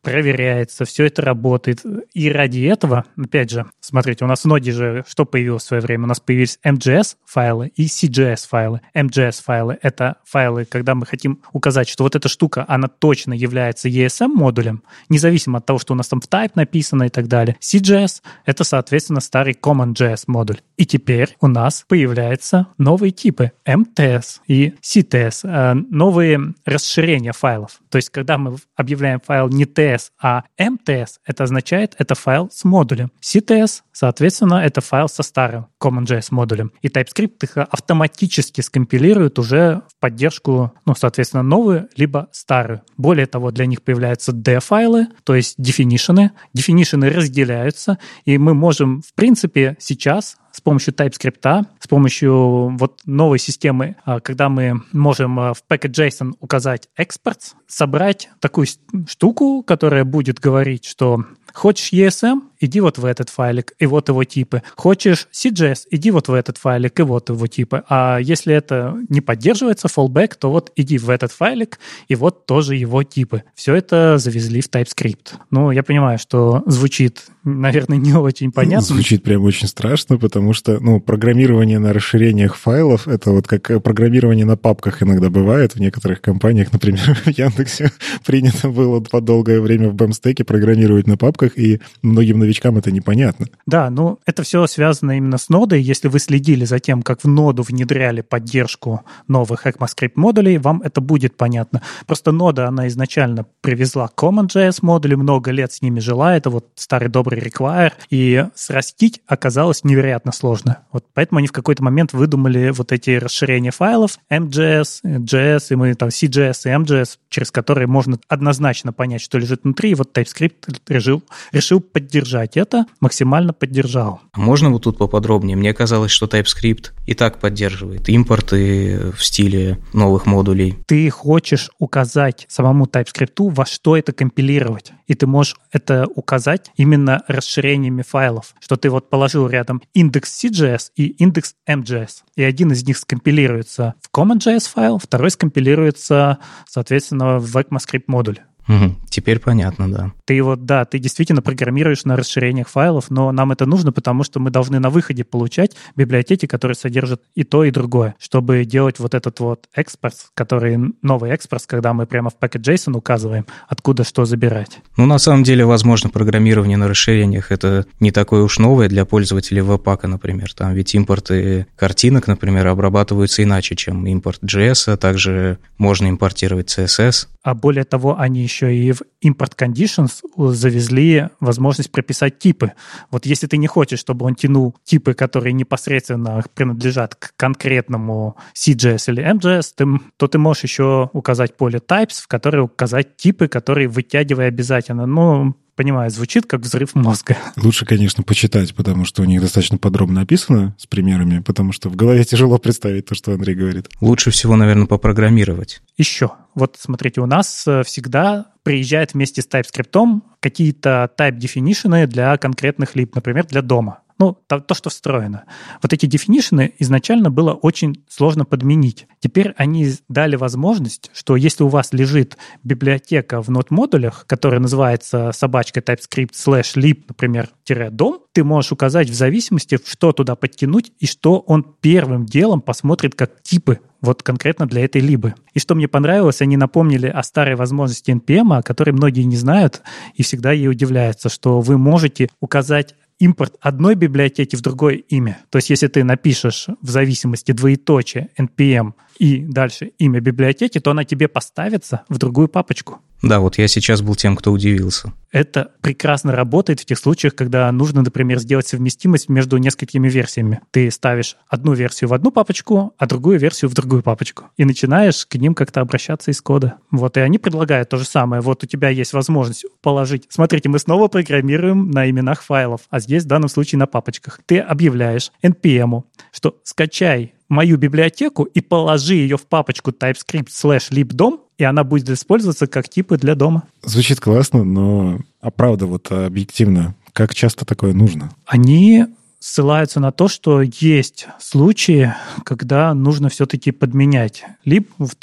проверяется, все это работает. И ради этого, опять же, смотрите, у нас в ноде же что появилось в свое время? У нас появились эм джей эс-файлы и си джей эс-файлы. эм джей эс-файлы — это файлы, когда мы хотим указать, что вот эта штука, она точно является и эс эм-модулем, независимо от того, что у нас там в type написано и так далее. си джей эс — это, соответственно, старый CommonJS-модуль. И теперь у нас появляются новые типы эм ти эс и си ти эс, новые расширения файлов. То есть, когда мы объявляем файл не ти эс, а эм ти эс, это означает, это файл с модулем. си ти эс, соответственно, это файл со старым CommonJS-модулем. И TypeScript их автоматически скомпилирует уже в поддержку, ну, соответственно, новую, либо старую. Более того, для них появляются D-файлы, то есть definition. Definition разделяются, и мы можем, в принципе, сейчас с помощью TypeScript, с помощью вот новой системы, когда мы можем в package.json указать exports, собрать такую штуку, которая будет говорить, что хочешь и эс эм, иди вот в этот файлик, и вот его типы. Хочешь си джей эс, иди вот в этот файлик, и вот его типы. А если это не поддерживается, fallback, то вот иди в этот файлик, и вот тоже его типы. Все это завезли в TypeScript. Ну, я понимаю, что звучит, наверное, не очень понятно. Звучит прям очень страшно, потому что, ну, программирование на расширениях файлов, это вот как программирование на папках иногда бывает в некоторых компаниях. Например, в Яндексе принято было по долгое время в бэмстеке программировать на папках, и многим новичкам это непонятно. Да, ну это все связано именно с нодой. Если вы следили за тем, как в ноду внедряли поддержку новых ECMAScript модулей, вам это будет понятно. Просто нода, она изначально привезла CommonJS модули, много лет с ними жила, это вот старый добрый require, и срастить оказалось невероятно сложно. Вот поэтому они в какой-то момент выдумали вот эти расширения файлов эм джей эс, джей эс, и мы там си джей эс и эм джей эс, через которые можно однозначно понять, что лежит внутри, и вот TypeScript решил, решил поддержать это, максимально поддержал. А можно вот тут поподробнее? Мне казалось, что TypeScript и так поддерживает импорты в стиле новых модулей. Ты хочешь указать самому TypeScript, во что это компилировать, и ты можешь это указать именно расширениями файлов, что ты вот положил рядом индекс си джей эс и индекс эм джей эс, и один из них скомпилируется в CommonJS файл, второй скомпилируется, соответственно, в ECMAScript модуль. Угу, теперь понятно, да. Ты вот, да, ты действительно программируешь на расширениях файлов, но нам это нужно, потому что мы должны на выходе получать библиотеки, которые содержат и то, и другое, чтобы делать вот этот вот экспорт, который новый экспорт, когда мы прямо в package.json указываем, откуда что забирать. Ну, на самом деле, возможно, программирование на расширениях — это не такое уж новое для пользователей веб-пака, например. Там ведь импорты картинок, например, обрабатываются иначе, чем импорт джей эс, а также можно импортировать си эс эс. А более того, они еще и в import conditions завезли возможность прописать типы. Вот если ты не хочешь, чтобы он тянул типы, которые непосредственно принадлежат к конкретному си джей эс или эм джей эс, ты, то ты можешь еще указать поле types, в которое указать типы, которые вытягивай обязательно. Ну, понимаю, звучит как взрыв мозга. Лучше, конечно, почитать, потому что у них достаточно подробно описано с примерами, потому что в голове тяжело представить то, что Андрей говорит. Лучше всего, наверное, попрограммировать. Еще. Вот смотрите, у нас всегда приезжает вместе с TypeScript какие-то type definition для конкретных либ, например, для дома. Ну, то, то, что встроено. Вот эти definition изначально было очень сложно подменить. Теперь они дали возможность, что если у вас лежит библиотека в нод-модулях, которая называется собачка TypeScript slash lib, например, дом, ты можешь указать в зависимости, что туда подтянуть, и что он первым делом посмотрит как типы вот конкретно для этой либы. И что мне понравилось, они напомнили о старой возможности эн пи эм, о которой многие не знают и всегда ей удивляются, что вы можете указать импорт одной библиотеки в другое имя. То есть если ты напишешь в зависимости двоеточие эн пи эм и дальше имя библиотеки, то она тебе поставится в другую папочку. Да, вот я сейчас был тем, кто удивился. Это прекрасно работает в тех случаях, когда нужно, например, сделать совместимость между несколькими версиями. Ты ставишь одну версию в одну папочку, а другую версию в другую папочку. И начинаешь к ним как-то обращаться из кода. Вот, и они предлагают то же самое. Вот у тебя есть возможность положить... Смотрите, мы снова программируем на именах файлов, а здесь в данном случае на папочках. Ты объявляешь эн пи эм, что скачай мою библиотеку и положи ее в папочку TypeScript slash libdom, и она будет использоваться как типы для дома. Звучит классно, но а правда, вот объективно, как часто такое нужно? Они ссылаются на то, что есть случаи, когда нужно все-таки подменять либ в том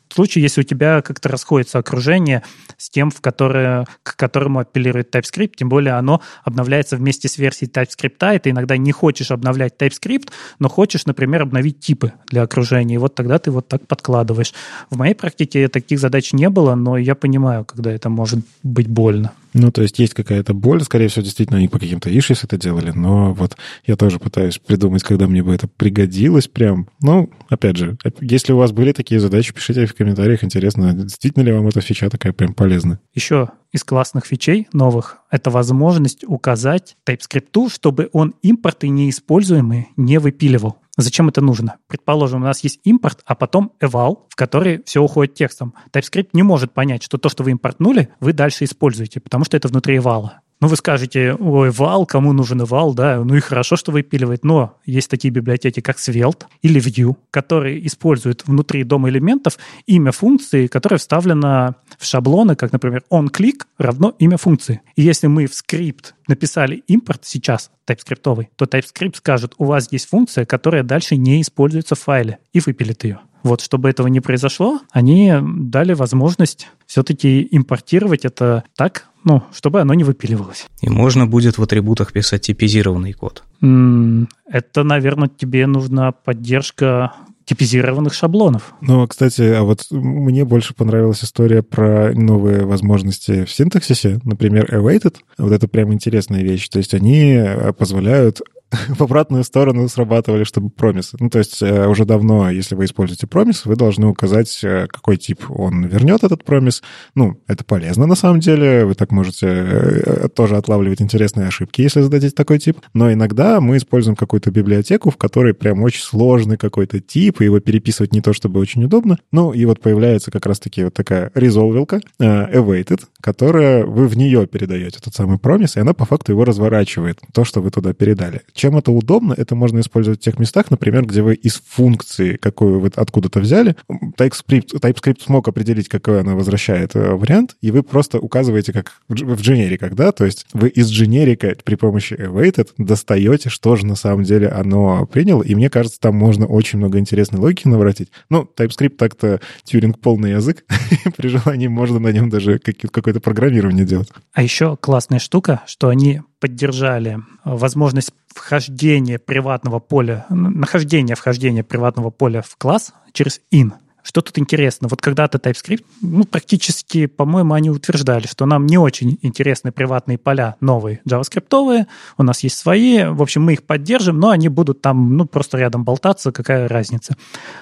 случае, если у тебя как-то расходится окружение с тем, в которое, к которому апеллирует TypeScript, тем более оно обновляется вместе с версией TypeScript, и ты иногда не хочешь обновлять TypeScript, но хочешь, например, обновить типы для окружения, и вот тогда ты вот так подкладываешь. В моей практике таких задач не было, но я понимаю, когда это может быть больно. Ну, то есть есть какая-то боль, скорее всего, действительно, они по каким-то issues это делали, но вот я тоже пытаюсь придумать, когда мне бы это пригодилось прям. Ну, опять же, если у вас были такие задачи, пишите в комментариях, интересно, действительно ли вам эта фича такая прям полезная. Еще из классных фичей новых — это возможность указать TypeScript, чтобы он импорты неиспользуемые не выпиливал. Зачем это нужно? Предположим, у нас есть импорт, а потом eval, в который все уходит текстом. TypeScript не может понять, что то, что вы импортнули, вы дальше используете, потому что это внутри eval. Ну, вы скажете, ой, eval, кому нужен eval, да, ну и хорошо, что выпиливает, но есть такие библиотеки, как Svelte или Vue, которые используют внутри дома элементов имя функции, которая вставлена в шаблоны, как, например, onClick равно имя функции. И если мы в скрипт написали импорт сейчас, TypeScript, то TypeScript скажет, у вас есть функция, которая дальше не используется в файле, и выпилит ее. Вот, чтобы этого не произошло, они дали возможность все-таки импортировать это так, ну, чтобы оно не выпиливалось. И можно будет в атрибутах писать типизированный код. Это, наверное, тебе нужна поддержка типизированных шаблонов. Ну, кстати, а вот мне больше понравилась история про новые возможности в синтаксисе. Например, awaited. Вот это прям интересная вещь. То есть они позволяют в обратную сторону срабатывали, чтобы промис. Ну, то есть уже давно, если вы используете промис, вы должны указать, какой тип он вернет этот промис. Ну, это полезно на самом деле. Вы так можете тоже отлавливать интересные ошибки, если зададите такой тип. Но иногда мы используем какую-то библиотеку, в которой прям очень сложный какой-то тип, и его переписывать не то чтобы очень удобно. Ну, и вот появляется как раз-таки вот такая резолвилка, awaited, которая вы в нее передаете тот самый промис, и она по факту его разворачивает, то, что вы туда передали. Чем это удобно? Это можно использовать в тех местах, например, где вы из функции, какую вы откуда-то взяли, TypeScript, TypeScript смог определить, какой она возвращает вариант, и вы просто указываете, как в дженериках, да, то есть вы из дженерика при помощи awaited достаете, что же на самом деле оно приняло, и мне кажется, там можно очень много интересной логики наворотить. Ну, TypeScript так-то Тьюринг полный язык, при желании можно на нем даже какое-то программирование делать. А еще классная штука, что они поддержали возможность вхождения приватного поля, нахождения вхождения приватного поля в класс через in. Что тут интересно? Вот когда-то TypeScript, ну, практически, по-моему, они утверждали, что нам не очень интересны приватные поля новые, джаваскриптовые, у нас есть свои, в общем, мы их поддержим, но они будут там, ну, просто рядом болтаться, какая разница.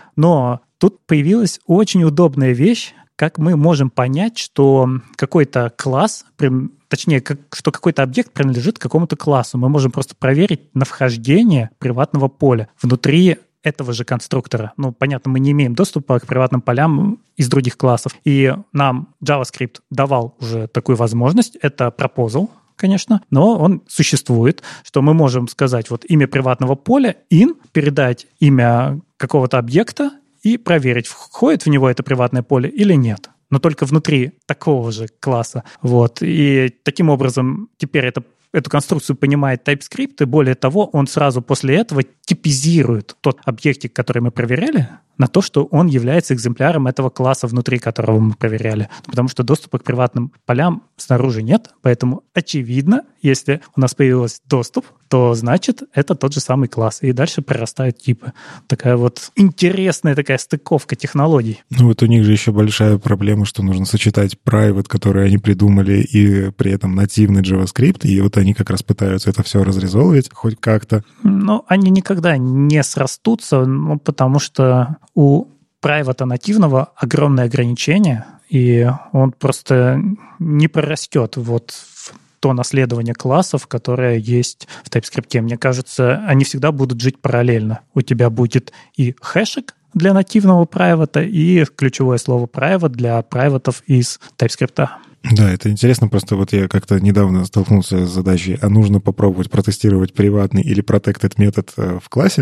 Но тут появилась очень удобная вещь, как мы можем понять, что какой-то класс, точнее, как, что какой-то объект принадлежит какому-то классу. Мы можем просто проверить на вхождение приватного поля внутри этого же конструктора. Ну, понятно, мы не имеем доступа к приватным полям из других классов. И нам JavaScript давал уже такую возможность. Это proposal, конечно, но он существует, что мы можем сказать вот имя приватного поля in, передать имя какого-то объекта, и проверить, входит в него это приватное поле или нет. Но только внутри такого же класса. Вот. И таким образом теперь это, эту конструкцию понимает TypeScript, и более того, он сразу после этого типизирует тот объектик, который мы проверяли, на то, что он является экземпляром этого класса, внутри которого мы проверяли. Потому что доступа к приватным полям снаружи нет, поэтому очевидно, если у нас появился доступ, то значит, это тот же самый класс. И дальше прорастают типы. Такая вот интересная такая стыковка технологий. Ну вот у них же еще большая проблема, что нужно сочетать private, который они придумали, и при этом нативный JavaScript, и вот они как раз пытаются это все разрезолвить хоть как-то. Ну, они никогда не срастутся, ну, потому что у private нативного огромное ограничение, и он просто не прорастет вот в то наследование классов, которое есть в TypeScript. Мне кажется, они всегда будут жить параллельно. У тебя будет и хэшик для нативного private, и ключевое слово private для private из TypeScript. Да, это интересно, просто вот я как-то недавно столкнулся с задачей, а нужно попробовать протестировать приватный или protected метод в классе,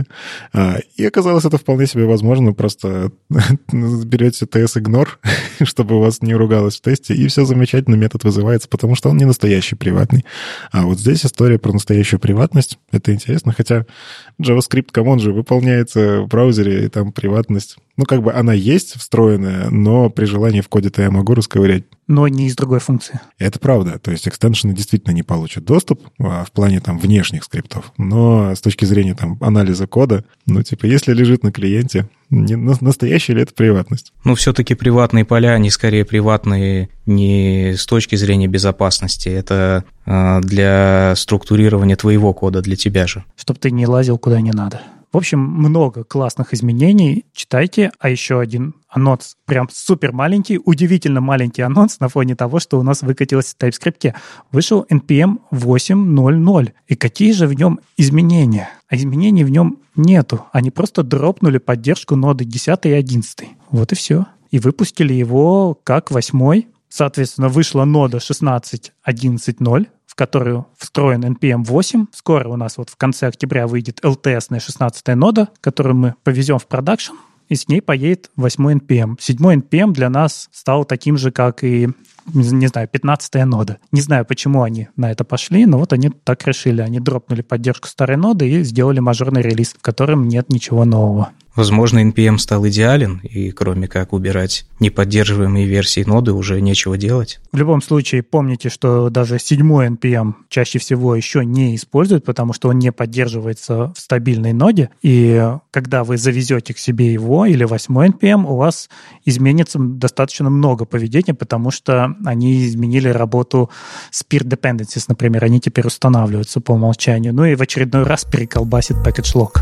и оказалось, это вполне себе возможно, просто берете ts-ignore, чтобы у вас не ругалось в тесте, и все замечательно, метод вызывается, потому что он не настоящий приватный. А вот здесь история про настоящую приватность, это интересно, хотя JavaScript command же выполняется в браузере, и там приватность, ну, как бы она есть встроенная, но при желании в коде-то я могу расковырять. Но не из другой функции. Это правда. То есть экстеншены действительно не получат доступ в плане там внешних скриптов. Но с точки зрения там анализа кода, ну, типа, если лежит на клиенте, не, настоящая ли это приватность? Ну, все-таки приватные поля, они скорее приватные не с точки зрения безопасности. Это э, для структурирования твоего кода, для тебя же. Чтобы ты не лазил куда не надо. В общем, много классных изменений. Читайте. А еще один анонс, прям супер маленький, удивительно маленький анонс на фоне того, что у нас выкатилось в TypeScript. Вышел эн пи эм восемь ноль ноль. И какие же в нем изменения? А изменений в нем нету. Они просто дропнули поддержку ноды десять и одиннадцать. Вот и все. И выпустили его как восьмой. Соответственно, вышла нода шестнадцать одиннадцать ноль, в которую встроен эн пи эм восемь. Скоро у нас вот в конце октября выйдет эл ти эс-ная шестнадцатая нода, которую мы повезем в продакшн, и с ней поедет восьмой эн пи эм. Седьмой эн пи эм для нас стал таким же, как и, не знаю, пятнадцатая нода. Не знаю, почему они на это пошли, но вот они так решили. Они дропнули поддержку старой ноды и сделали мажорный релиз, в котором нет ничего нового. Возможно, эн пи эм стал идеален, и кроме как убирать неподдерживаемые версии ноды уже нечего делать. В любом случае, помните, что даже седьмой эн пи эм чаще всего еще не используют, потому что он не поддерживается в стабильной ноде, и когда вы завезете к себе его, или восьмой эн пи эм, у вас изменится достаточно много поведения, потому что они изменили работу с peer dependencies, например, они теперь устанавливаются по умолчанию, ну и в очередной раз переколбасит package lock.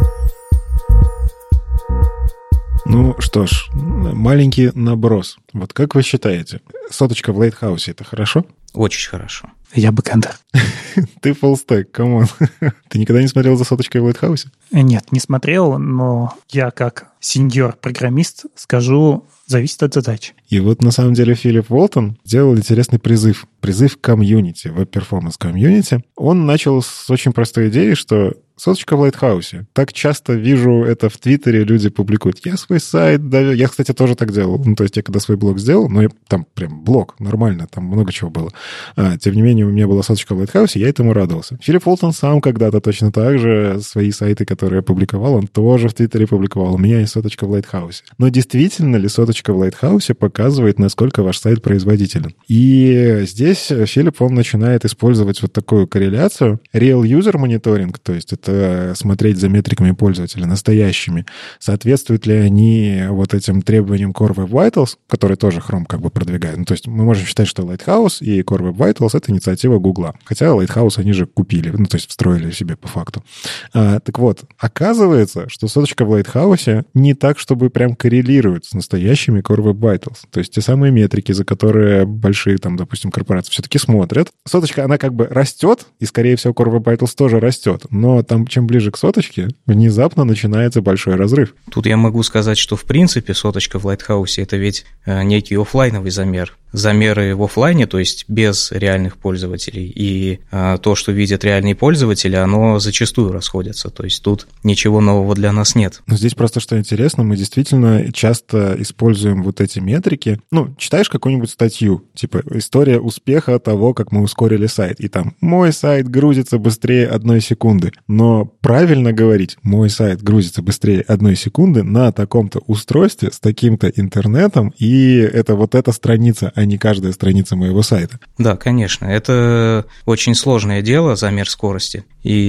Ну что ж, маленький наброс. Вот как вы считаете, соточка в Lighthouse — это хорошо? Очень хорошо. Я бэкэндер. Ты фуллстек, камон. Ты никогда не смотрел за соточкой в Lighthouse? Нет, не смотрел, но я как сеньор-программист скажу, зависит от задач. И вот на самом деле Филипп Уолтон сделал интересный призыв. Призыв комьюнити, веб-перформанс комьюнити. Он начал с очень простой идеи, что соточка в Lighthouse. Так часто вижу это в Твиттере, люди публикуют. Я свой сайт довел. Я, кстати, тоже так делал. Ну, то есть я когда свой блог сделал, ну, я, там прям блог, нормально, там много чего было. А, тем не менее, у меня была соточка в Lighthouse, я этому радовался. Филипп Уолтон сам когда-то точно так же свои сайты, которые я публиковал, он тоже в Твиттере публиковал. У меня есть соточка в Lighthouse. Но действительно ли соточка в Lighthouse показывает, насколько ваш сайт производителен? И здесь Филипп, он начинает использовать вот такую корреляцию. Real User Monitoring, то есть это смотреть за метриками пользователя настоящими. Соответствуют ли они вот этим требованиям Core Web Vitals, которые тоже Chrome как бы продвигает. Ну, то есть мы можем считать, что Lighthouse и Core Web Vitals — это инициатива Гугла. Хотя Lighthouse они же купили, ну, то есть встроили себе по факту. А, так вот, оказывается, что соточка в Lighthouse не так, чтобы прям коррелирует с настоящими Core Web Vitals. То есть те самые метрики, за которые большие, там, допустим, корпорации все-таки смотрят. Соточка, она как бы растет, и, скорее всего, Core Web Vitals тоже растет. Но там, чем ближе к соточке, внезапно начинается большой разрыв. Тут я могу сказать, что в принципе соточка в Lighthouse — это ведь э, некий офлайновый замер. Замеры в офлайне, то есть без реальных пользователей, и э, то, что видят реальные пользователи, оно зачастую расходятся. То есть тут ничего нового для нас нет. Но здесь просто что интересно, мы действительно часто используем вот эти метрики. Ну, читаешь какую-нибудь статью, типа «История успеха того, как мы ускорили сайт», и там «Мой сайт грузится быстрее одной секунды». Но правильно говорить «Мой сайт грузится быстрее одной секунды» на таком-то устройстве с таким-то интернетом, и это вот эта страница, а не каждая страница моего сайта. Да, конечно. Это очень сложное дело, замер скорости.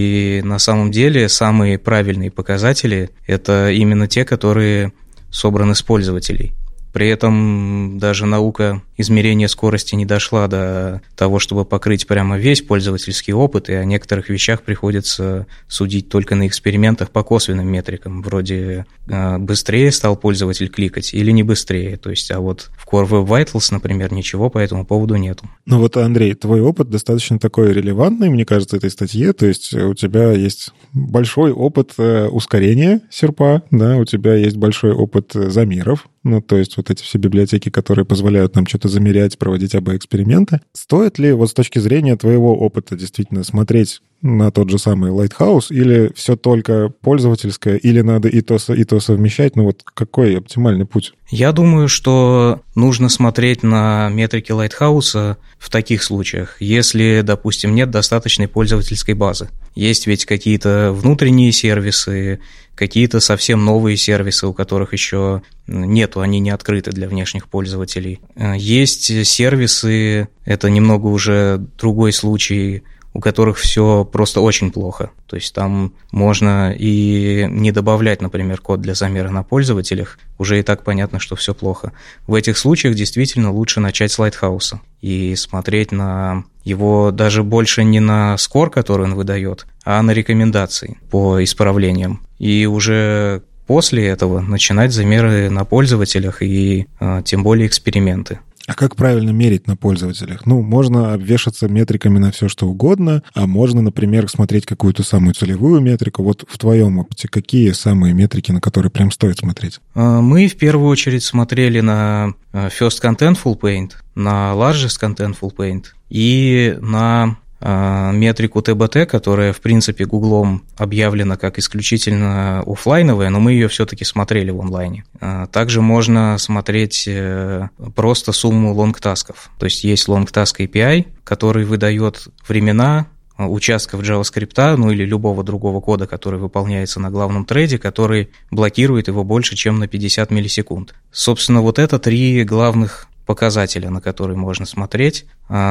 И на самом деле самые правильные показатели – это именно те, которые собраны с пользователей. При этом даже наука измерения скорости не дошла до того, чтобы покрыть прямо весь пользовательский опыт, и о некоторых вещах приходится судить только на экспериментах по косвенным метрикам, вроде э, быстрее стал пользователь кликать или не быстрее. То есть, а вот в Core Web Vitals, например, ничего по этому поводу нету. Ну вот, Андрей, твой опыт достаточно такой релевантный, мне кажется, этой статье. То есть у тебя есть большой опыт ускорения серпа, да, у тебя есть большой опыт замеров, ну, то есть вот эти все библиотеки, которые позволяют нам что-то замерять, проводить эй би-эксперименты. Стоит ли вот с точки зрения твоего опыта действительно смотреть на тот же самый Lighthouse, или все только пользовательское, или надо и то, и то совмещать? Ну вот какой оптимальный путь? Я думаю, что нужно смотреть на метрики Lighthouse в таких случаях, если, допустим, нет достаточной пользовательской базы. Есть ведь какие-то внутренние сервисы, какие-то совсем новые сервисы, у которых еще нету, они не открыты для внешних пользователей. Есть сервисы, это немного уже другой случай, у которых все просто очень плохо. То есть там можно и не добавлять, например, код для замера на пользователях, уже и так понятно, что все плохо. В этих случаях действительно лучше начать с Lighthouse и смотреть на его даже больше не на скор, который он выдает, а на рекомендации по исправлениям. И уже после этого начинать замеры на пользователях и тем более эксперименты. А как правильно мерить на пользователях? Ну, можно обвешаться метриками на все, что угодно, а можно, например, смотреть какую-то самую целевую метрику. Вот в твоем опыте какие самые метрики, на которые прям стоит смотреть? Мы в первую очередь смотрели на First Contentful Paint, на Largest Contentful Paint и на метрику ти би ти, которая, в принципе, Гуглом объявлена как исключительно офлайновая, но мы ее все-таки смотрели в онлайне. Также можно смотреть просто сумму лонгтасков. То есть есть лонгтаск эй пи ай, который выдает времена участков JavaScript, ну или любого другого кода, который выполняется на главном треде, который блокирует его больше, чем на пятьдесят миллисекунд. Собственно, вот это три главных показателя, на которые можно смотреть.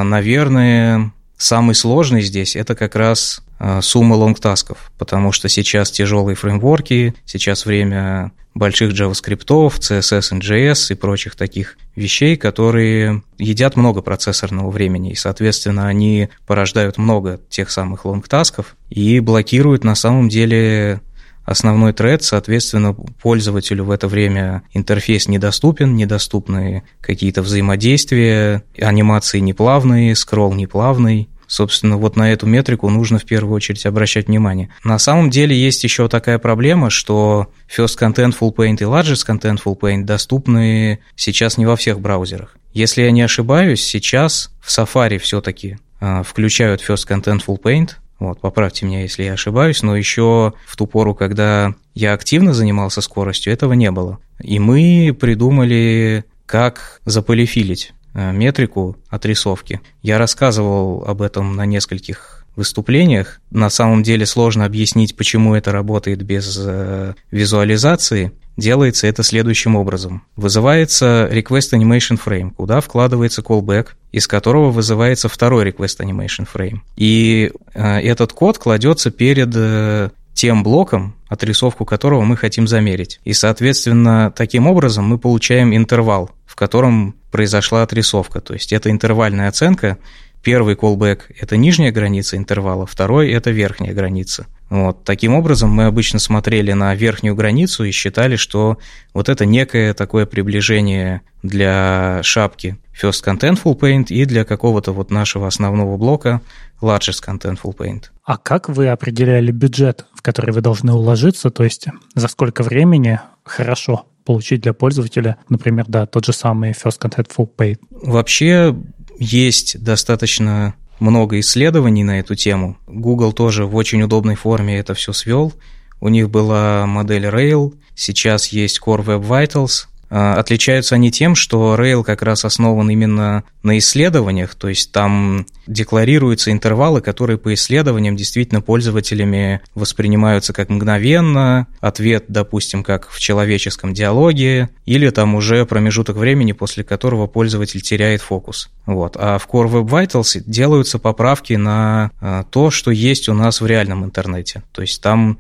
Наверное, самый сложный здесь – это как раз сумма лонгтасков, потому что сейчас тяжелые фреймворки, сейчас время больших JavaScript, си эс эс и джей эс и прочих таких вещей, которые едят много процессорного времени, и, соответственно, они порождают много тех самых лонгтасков и блокируют на самом деле основной тред, соответственно, пользователю в это время интерфейс недоступен, недоступны какие-то взаимодействия, анимации неплавные, скролл неплавный. Собственно, вот на эту метрику нужно в первую очередь обращать внимание. На самом деле есть еще такая проблема, что First Contentful Paint и Largest Contentful Paint доступны сейчас не во всех браузерах. Если я не ошибаюсь, сейчас в Safari все-таки включают First Contentful Paint. Вот, поправьте меня, если я ошибаюсь, но еще в ту пору, когда я активно занимался скоростью, этого не было. И мы придумали, как заполифилить метрику отрисовки. Я рассказывал об этом на нескольких выступлениях. На самом деле сложно объяснить, почему это работает без э, визуализации. Делается это следующим образом. Вызывается Request Animation Frame, куда вкладывается callback, из которого вызывается второй Request Animation Frame. И э, этот код кладется перед э, тем блоком, отрисовку которого мы хотим замерить. И, соответственно, таким образом мы получаем интервал, в котором произошла отрисовка. То есть это интервальная оценка. Первый callback – это нижняя граница интервала, второй – это верхняя граница. Вот. Таким образом, мы обычно смотрели на верхнюю границу и считали, что вот это некое такое приближение для шапки First Contentful Paint и для какого-то вот нашего основного блока Largest Contentful Paint. А как вы определяли бюджет, в который вы должны уложиться, то есть за сколько времени хорошо получить для пользователя, например, да, тот же самый First Contentful Paint? Вообще есть достаточно много исследований на эту тему. Google тоже в очень удобной форме это все свел. У них была модель Rail, сейчас есть Core Web Vitals. Отличаются они тем, что Rail как раз основан именно на исследованиях, то есть там декларируются интервалы, которые по исследованиям действительно пользователями воспринимаются как мгновенно, ответ, допустим, как в человеческом диалоге, или там уже промежуток времени, после которого пользователь теряет фокус. Вот. А в Core Web Vitals делаются поправки на то, что есть у нас в реальном интернете. То есть там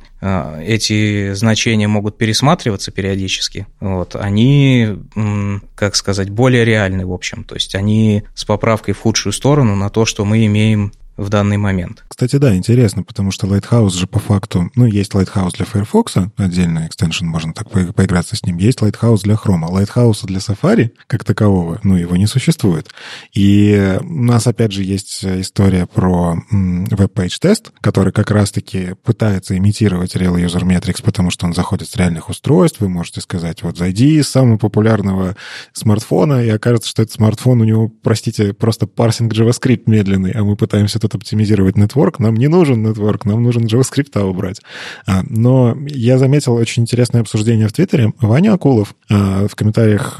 эти значения могут пересматриваться периодически. Вот. Они, как сказать, более реальны, в общем. То есть они с поправкой в худшую сторону на то, что мы имеем в данный момент. Кстати, да, интересно, потому что Lighthouse же по факту, ну, есть Lighthouse для Firefox, отдельный экстеншн, можно так по- поиграться с ним, есть Lighthouse для Chrome. Lighthouse для Safari, как такового, ну, его не существует. И у нас, опять же, есть история про веб-пейдж-тест, который как раз-таки пытается имитировать Real User Metrics, потому что он заходит с реальных устройств. Вы можете сказать, вот, зайди с самого популярного смартфона, и окажется, что этот смартфон, у него, простите, просто парсинг JavaScript медленный, а мы пытаемся тут оптимизировать нетворк. Нам не нужен нетворк, нам нужен JavaScript убрать. Но я заметил очень интересное обсуждение в Твиттере. Ваня Акулов в комментариях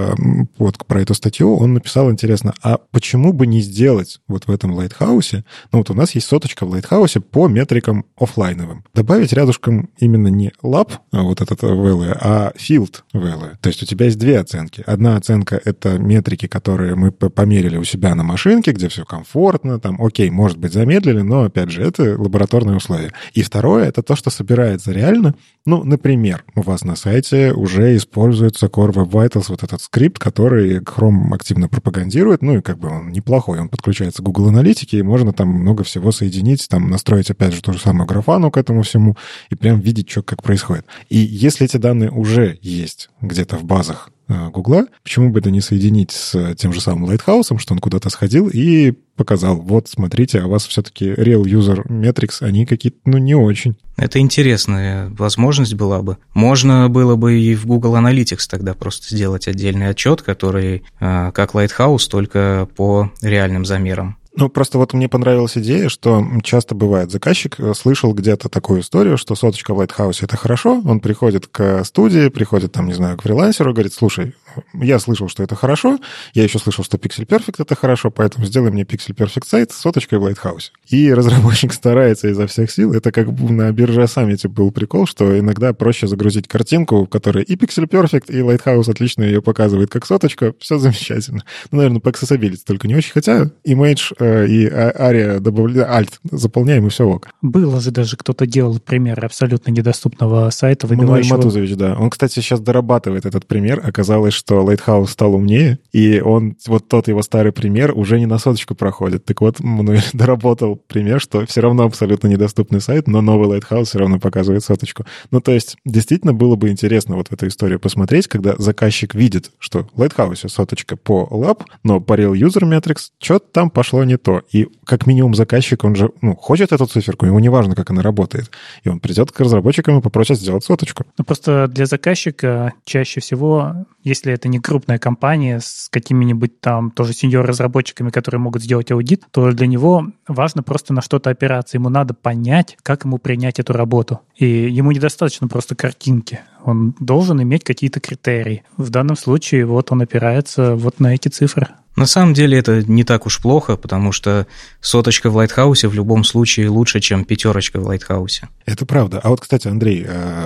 вот про эту статью, он написал, интересно, а почему бы не сделать вот в этом Lighthouse, ну вот у нас есть соточка в Lighthouse по метрикам офлайновым, добавить рядышком именно не lab, вот этот value, а field value. То есть у тебя есть две оценки. Одна оценка — это метрики, которые мы померили у себя на машинке, где все комфортно, там, окей, может быть, замедлили, но, опять же, это лабораторные условия. И второе — это то, что собирается реально. Ну, например, у вас на сайте уже используется Core Web Vitals, вот этот скрипт, который Chrome активно пропагандирует, ну, и как бы он неплохой, он подключается к Google Аналитике, и можно там много всего соединить, там настроить, опять же, ту же самую графану к этому всему, и прям видеть, что как происходит. И если эти данные уже есть где-то в базах Гугла, почему бы это не соединить с тем же самым Lighthouse, что он куда-то сходил и показал, вот, смотрите, а у вас все-таки Real User Metrics, они какие-то, ну, не очень. Это интересная возможность была бы. Можно было бы и в Google Analytics тогда просто сделать отдельный отчет, который как Lighthouse, только по реальным замерам. Ну, просто вот мне понравилась идея, что часто бывает, заказчик слышал где-то такую историю, что соточка в Lighthouse — это хорошо, он приходит к студии, приходит там, не знаю, к фрилансеру, говорит, слушай, я слышал, что это хорошо, я еще слышал, что Pixel Perfect — это хорошо, поэтому сделай мне Pixel Perfect сайт с соточкой в Lighthouse. И разработчик старается изо всех сил. Это как на бирже Summit был прикол, что иногда проще загрузить картинку, в которой и Pixel Perfect, и Lighthouse отлично ее показывает как соточка, все замечательно. Ну, наверное, по accessibility только не очень, хотя image и ария добавляем, альт заполняем, и все ок. Было же даже, кто-то делал пример абсолютно недоступного сайта, выбивающего... Мануэль Матузович, да. Он, кстати, сейчас дорабатывает этот пример. Оказалось, что Lighthouse стал умнее, и он, вот тот его старый пример уже не на соточку проходит. Так вот, Мануэль доработал пример, что все равно абсолютно недоступный сайт, но новый Lighthouse все равно показывает соточку. Ну, то есть, действительно было бы интересно вот в эту историю посмотреть, когда заказчик видит, что в Lighthouse соточка по Lab, но по Real User Metrics что-то там пошло не то. И как минимум заказчик, он же ну, хочет эту циферку, ему не важно, как она работает. И он придет к разработчикам и попросит сделать соточку. Ну, просто для заказчика чаще всего, если это не крупная компания с какими-нибудь там тоже сеньор-разработчиками, которые могут сделать аудит, то для него важно просто на что-то опираться. Ему надо понять, как ему принять эту работу. И ему недостаточно просто картинки. Он должен иметь какие-то критерии. В данном случае вот он опирается вот на эти цифры. На самом деле это не так уж плохо, потому что соточка в Lighthouse в любом случае лучше, чем пятерочка в Lighthouse. Это правда. А вот, кстати, Андрей,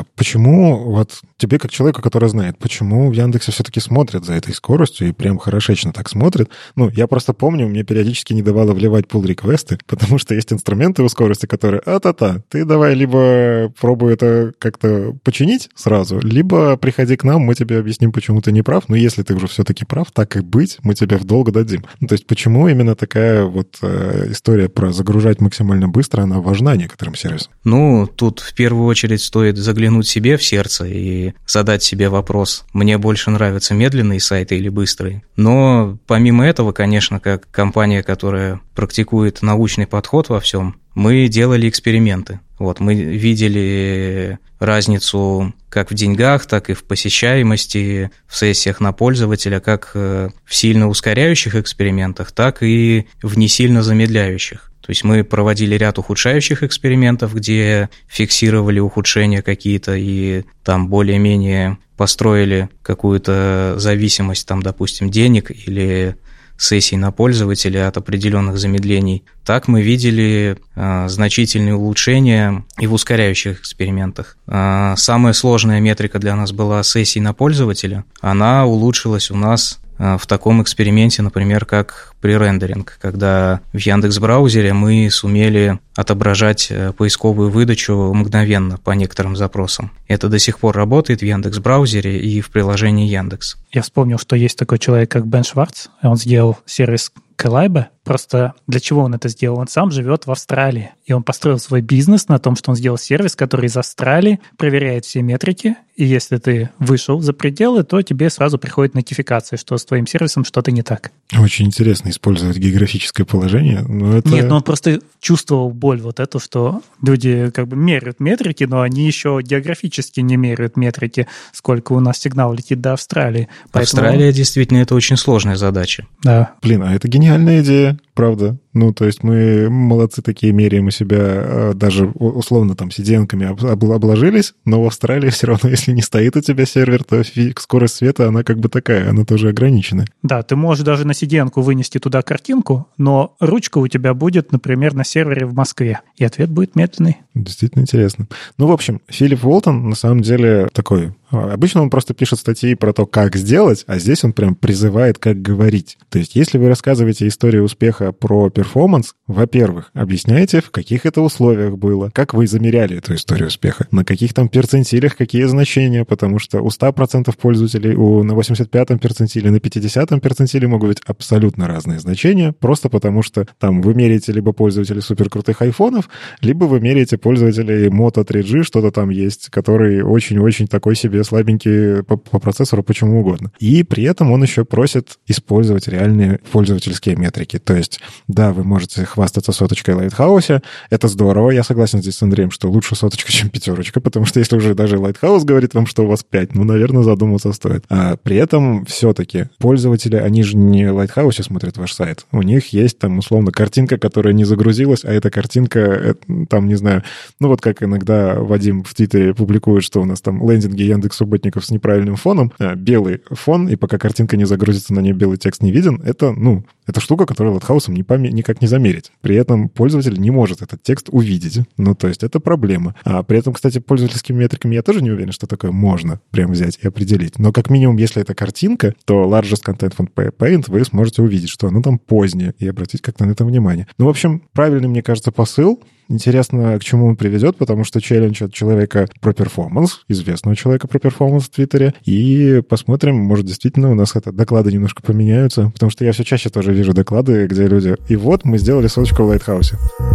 почему вот тебе, как человеку, который знает, почему в Яндексе все-таки смотрят за этой скоростью и прям хорошечно так смотрят? Ну, я просто помню, мне периодически не давало вливать pull-реквесты, потому что есть инструменты у скорости, которые а-та-та, ты давай либо пробуй это как-то починить сразу, либо приходи к нам, мы тебе объясним, почему ты не прав. Но если ты уже все-таки прав, так и быть, мы тебе в долго дадим. Ну, то есть почему именно такая вот э, история про загружать максимально быстро, она важна некоторым сервисам? Ну, тут в первую очередь стоит заглянуть себе в сердце и задать себе вопрос, мне больше нравятся медленные сайты или быстрые. Но помимо этого, конечно, как компания, которая практикует научный подход во всем, мы делали эксперименты. Вот, мы видели разницу как в деньгах, так и в посещаемости, в сессиях на пользователя, как в сильно ускоряющих экспериментах, так и в не сильно замедляющих. То есть мы проводили ряд ухудшающих экспериментов, где фиксировали ухудшения какие-то и там более-менее построили какую-то зависимость, там, допустим, денег или сессий на пользователя от определенных замедлений. Так мы видели э, значительные улучшения и в ускоряющих экспериментах. Э, самая сложная метрика для нас была сессий на пользователя. Она улучшилась у нас э, в таком эксперименте, например, как пререндеринг, когда в Яндекс.Браузере мы сумели отображать поисковую выдачу мгновенно по некоторым запросам. Это до сих пор работает в Яндекс.Браузере и в приложении Яндекс. Я вспомнил, что есть такой человек, как Бен Шварц, и он сделал сервис Коллайбе, Просто для чего он это сделал? Он сам живет в Австралии, и он построил свой бизнес на том, что он сделал сервис, который из Австралии проверяет все метрики, и если ты вышел за пределы, то тебе сразу приходит нотификация, что с твоим сервисом что-то не так. Очень интересно использовать географическое положение. Но это... Нет, но он просто чувствовал боль вот эту, что люди как бы меряют метрики, но они еще географически не меряют метрики, сколько у нас сигнал летит до Австралии. Поэтому... Австралия действительно это очень сложная задача. Да. Блин, а это гениальная идея, правда. Ну, то есть мы молодцы такие, меряем у себя, даже условно там си ди эн-ками обложились, но в Австралии все равно, если не стоит у тебя сервер, то скорость света, она как бы такая, она тоже ограничена. Да, ты можешь даже на си ди эн-ку вынести туда картинку, но ручка у тебя будет, например, на сервере в Москве, и ответ будет медленный. Действительно интересно. Ну, в общем, Филипп Уолтон на самом деле такой... Обычно он просто пишет статьи про то, как сделать, а здесь он прям призывает, как говорить. То есть, если вы рассказываете историю успеха про перформанс, во-первых, объясняйте, в каких это условиях было, как вы замеряли эту историю успеха, на каких там перцентилях какие значения, потому что у ста процентов пользователей, у, на восемьдесят пятом перцентиле, на пятидесятом перцентиле могут быть абсолютно разные значения, просто потому что там вы меряете либо пользователей суперкрутых айфонов, либо вы меряете пользователей Moto три джи, что-то там есть, который очень-очень такой себе слабенький по, по процессору, почему угодно. И при этом он еще просит использовать реальные пользовательские метрики. То есть, да, вы можете хвастаться соточкой Lighthouse, это здорово, я согласен здесь с Андреем, что лучше соточка, чем пятерочка, потому что если уже даже Lighthouse говорит вам, что у вас пять, ну, наверное, задуматься стоит. А при этом все-таки пользователи, они же не в Lighthouse смотрят ваш сайт. У них есть там, условно, картинка, которая не загрузилась, а эта картинка, там, не знаю, ну вот как иногда Вадим в Твиттере публикует, что у нас там лендинги Яндекс субботников с неправильным фоном, а, белый фон, и пока картинка не загрузится, на ней белый текст не виден, это, ну, это штука, которую Lighthouse не пом- никак не замерить. При этом пользователь не может этот текст увидеть. Ну, то есть это проблема. А при этом, кстати, пользовательскими метриками я тоже не уверен, что такое можно прям взять и определить. Но как минимум, если это картинка, то Largest Content from Paint вы сможете увидеть, что она там поздняя, и обратить как-то на это внимание. Ну, в общем, правильный, мне кажется, посыл. Интересно, к чему он приведет, потому что челлендж от человека про перформанс, известного человека про перформанс в Твиттере, и посмотрим, может, действительно у нас это доклады немножко поменяются, потому что я все чаще тоже вижу доклады, где люди... И вот мы сделали соточку в Lighthouse.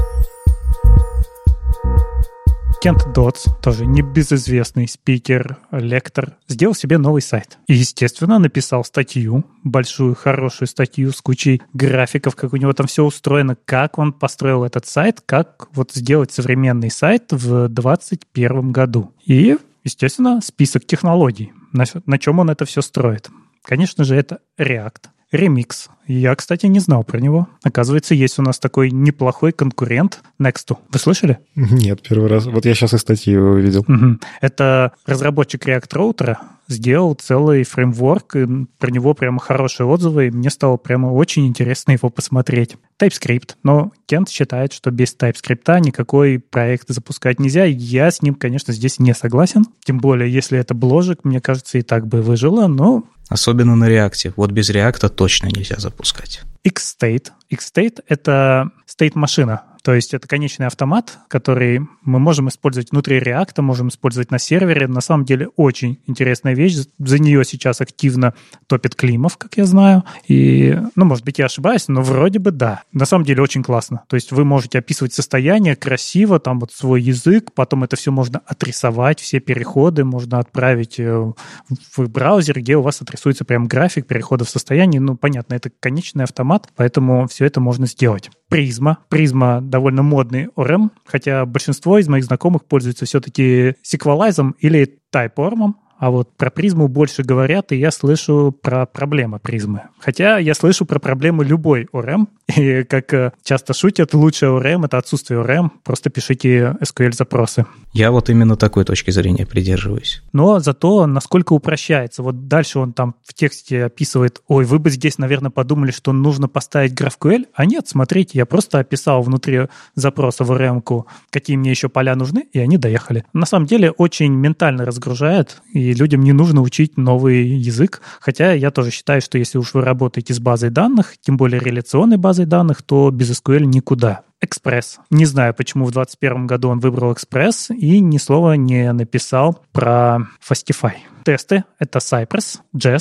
Кент Дотс, тоже небезызвестный спикер, лектор, сделал себе новый сайт. И, естественно, написал статью, большую, хорошую статью с кучей графиков, как у него там все устроено, как он построил этот сайт, как вот сделать современный сайт в двадцать первом году. И, естественно, список технологий, на, на чем он это все строит. Конечно же, это React. Remix. Я, кстати, не знал про него. Оказывается, есть у нас такой неплохой конкурент Next. Вы слышали? Нет, первый раз. Вот я сейчас и статьи его увидел. Угу. Это разработчик React Router сделал целый фреймворк, и про него прямо хорошие отзывы, и мне стало прямо очень интересно его посмотреть. TypeScript. Но Кент считает, что без TypeScript никакой проект запускать нельзя. Я с ним, конечно, здесь не согласен. Тем более, если это бложек, мне кажется, и так бы выжило, но... Особенно на React. Вот без React точно нельзя запускать. Xstate. Xstate — это state-машина. То есть это конечный автомат, который мы можем использовать внутри React, можем использовать на сервере. На самом деле очень интересная вещь. За нее сейчас активно топит Климов, как я знаю. И, ну, может быть, я ошибаюсь, но вроде бы да. На самом деле очень классно. То есть вы можете описывать состояние красиво, там вот свой язык, потом это все можно отрисовать, все переходы можно отправить в браузер, где у вас отрисуется прям график перехода в состояние. Ну, понятно, это конечный автомат, поэтому все это можно сделать. Призма. Призма довольно модный о рэм, хотя большинство из моих знакомых пользуются все-таки Sequelize или Typeform, а вот про призму больше говорят, и я слышу про проблемы призмы. Хотя я слышу про проблемы любой о рэм, и, как часто шутят, лучшее о рэм — это отсутствие о рэм, просто пишите эс ку эль-запросы. Я вот именно такой точки зрения придерживаюсь. Но зато насколько упрощается. Вот дальше он там в тексте описывает: ой, вы бы здесь, наверное, подумали, что нужно поставить GraphQL, а нет, смотрите, я просто описал внутри запроса в о рэм-ку, какие мне еще поля нужны, и они доехали. На самом деле очень ментально разгружает, и людям не нужно учить новый язык, хотя я тоже считаю, что если уж вы работаете с базой данных, тем более реляционной базой данных, то без эс ку эль никуда. Экспресс. Не знаю, почему в двадцать первом году он выбрал Экспресс и ни слова не написал про Fastify. Тесты — это Cypress, Jest,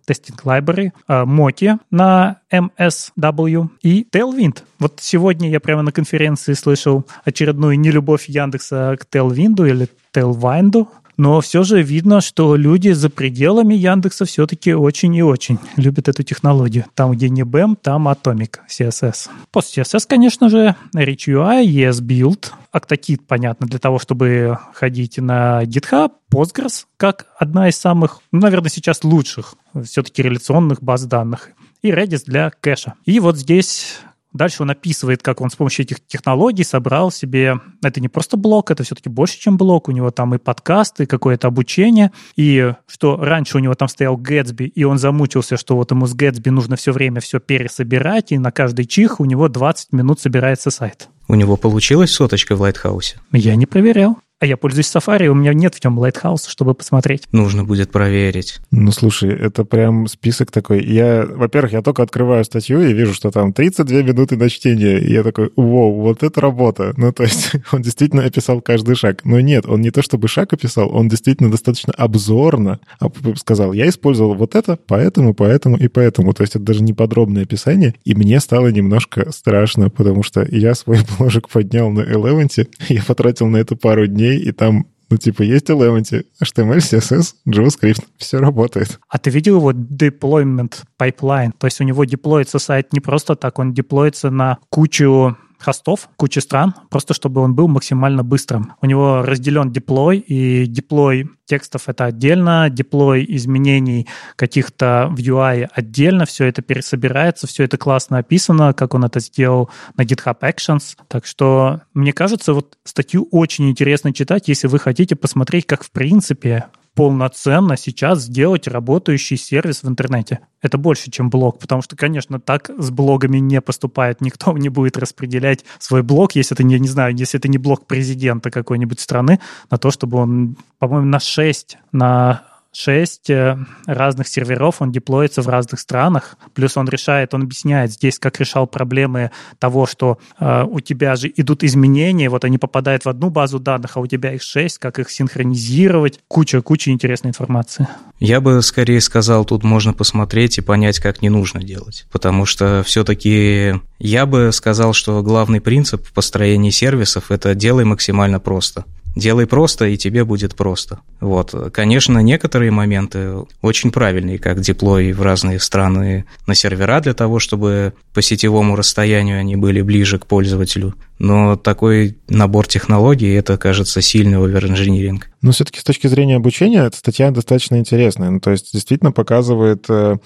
Testing Library, Motti на эм эс дабл ю и Tailwind. Вот сегодня я прямо на конференции слышал очередную нелюбовь Яндекса к Tailwind или Tailwind, но все же видно, что люди за пределами Яндекса все-таки очень и очень любят эту технологию. Там, где не би и эм, там Atomic си эс эс. Пост си эс эс, конечно же, Rich ю ай, и эс Build, Octokit, понятно, для того, чтобы ходить на GitHub, Postgres, как одна из самых, ну, наверное, сейчас лучших все-таки реляционных баз данных, и Redis для кэша. И вот здесь... Дальше он описывает, как он с помощью этих технологий собрал себе... Это не просто блог, это все-таки больше, чем блог. У него там и подкасты, и какое-то обучение. И что раньше у него там стоял Gatsby, и он замучился, что вот ему с Gatsby нужно все время все пересобирать, и на каждый чих у него двадцать минут собирается сайт. У него получилась соточка в Лайтхаусе? Я не проверял. А я пользуюсь Safari, у меня нет в нем Lighthouse, чтобы посмотреть. Нужно будет проверить. Ну, слушай, это прям список такой. Я, во-первых, я только открываю статью и вижу, что там тридцать две минуты на чтение. И я такой, вау, вот это работа. Ну, то есть он действительно описал каждый шаг. Но нет, он не то чтобы шаг описал, он действительно достаточно обзорно сказал, я использовал вот это, поэтому, поэтому и поэтому. То есть это даже не подробное описание. И мне стало немножко страшно, потому что я свой бложек поднял на Eleventy, я потратил на это пару дней, и там, ну, типа, есть Eleventy, эйч ти эм эль, си эс эс, JavaScript, все работает. А ты видел его deployment pipeline? То есть у него деплоится сайт не просто так, он деплоится на кучу хостов, кучу стран, просто чтобы он был максимально быстрым. У него разделен деплой, и деплой текстов — это отдельно, деплой изменений каких-то в ю ай отдельно, все это пересобирается, все это классно описано, как он это сделал на GitHub Actions. Так что, мне кажется, вот статью очень интересно читать, если вы хотите посмотреть, как в принципе полноценно сейчас сделать работающий сервис в интернете. Это больше, чем блог, потому что, конечно, так с блогами не поступает. Никто не будет распределять свой блог, если это, не, не знаю, если это не блог президента какой-нибудь страны, на то, чтобы он, по-моему, на шесть, на шесть разных серверов, он деплоится в разных странах, плюс он решает, он объясняет здесь, как решал проблемы того, что э, у тебя же идут изменения, вот они попадают в одну базу данных, а у тебя их шесть, как их синхронизировать, куча-куча интересной информации. Я бы скорее сказал, тут можно посмотреть и понять, как не нужно делать, потому что все-таки я бы сказал, что главный принцип в построении сервисов – это делай максимально просто. Делай просто, и тебе будет просто. Вот. Конечно, некоторые моменты очень правильные, как деплой в разные страны на сервера для того, чтобы по сетевому расстоянию они были ближе к пользователю. Но такой набор технологий – это, кажется, сильный оверинжиниринг. Но все-таки с точки зрения обучения эта статья достаточно интересная. Ну, то есть действительно показывает,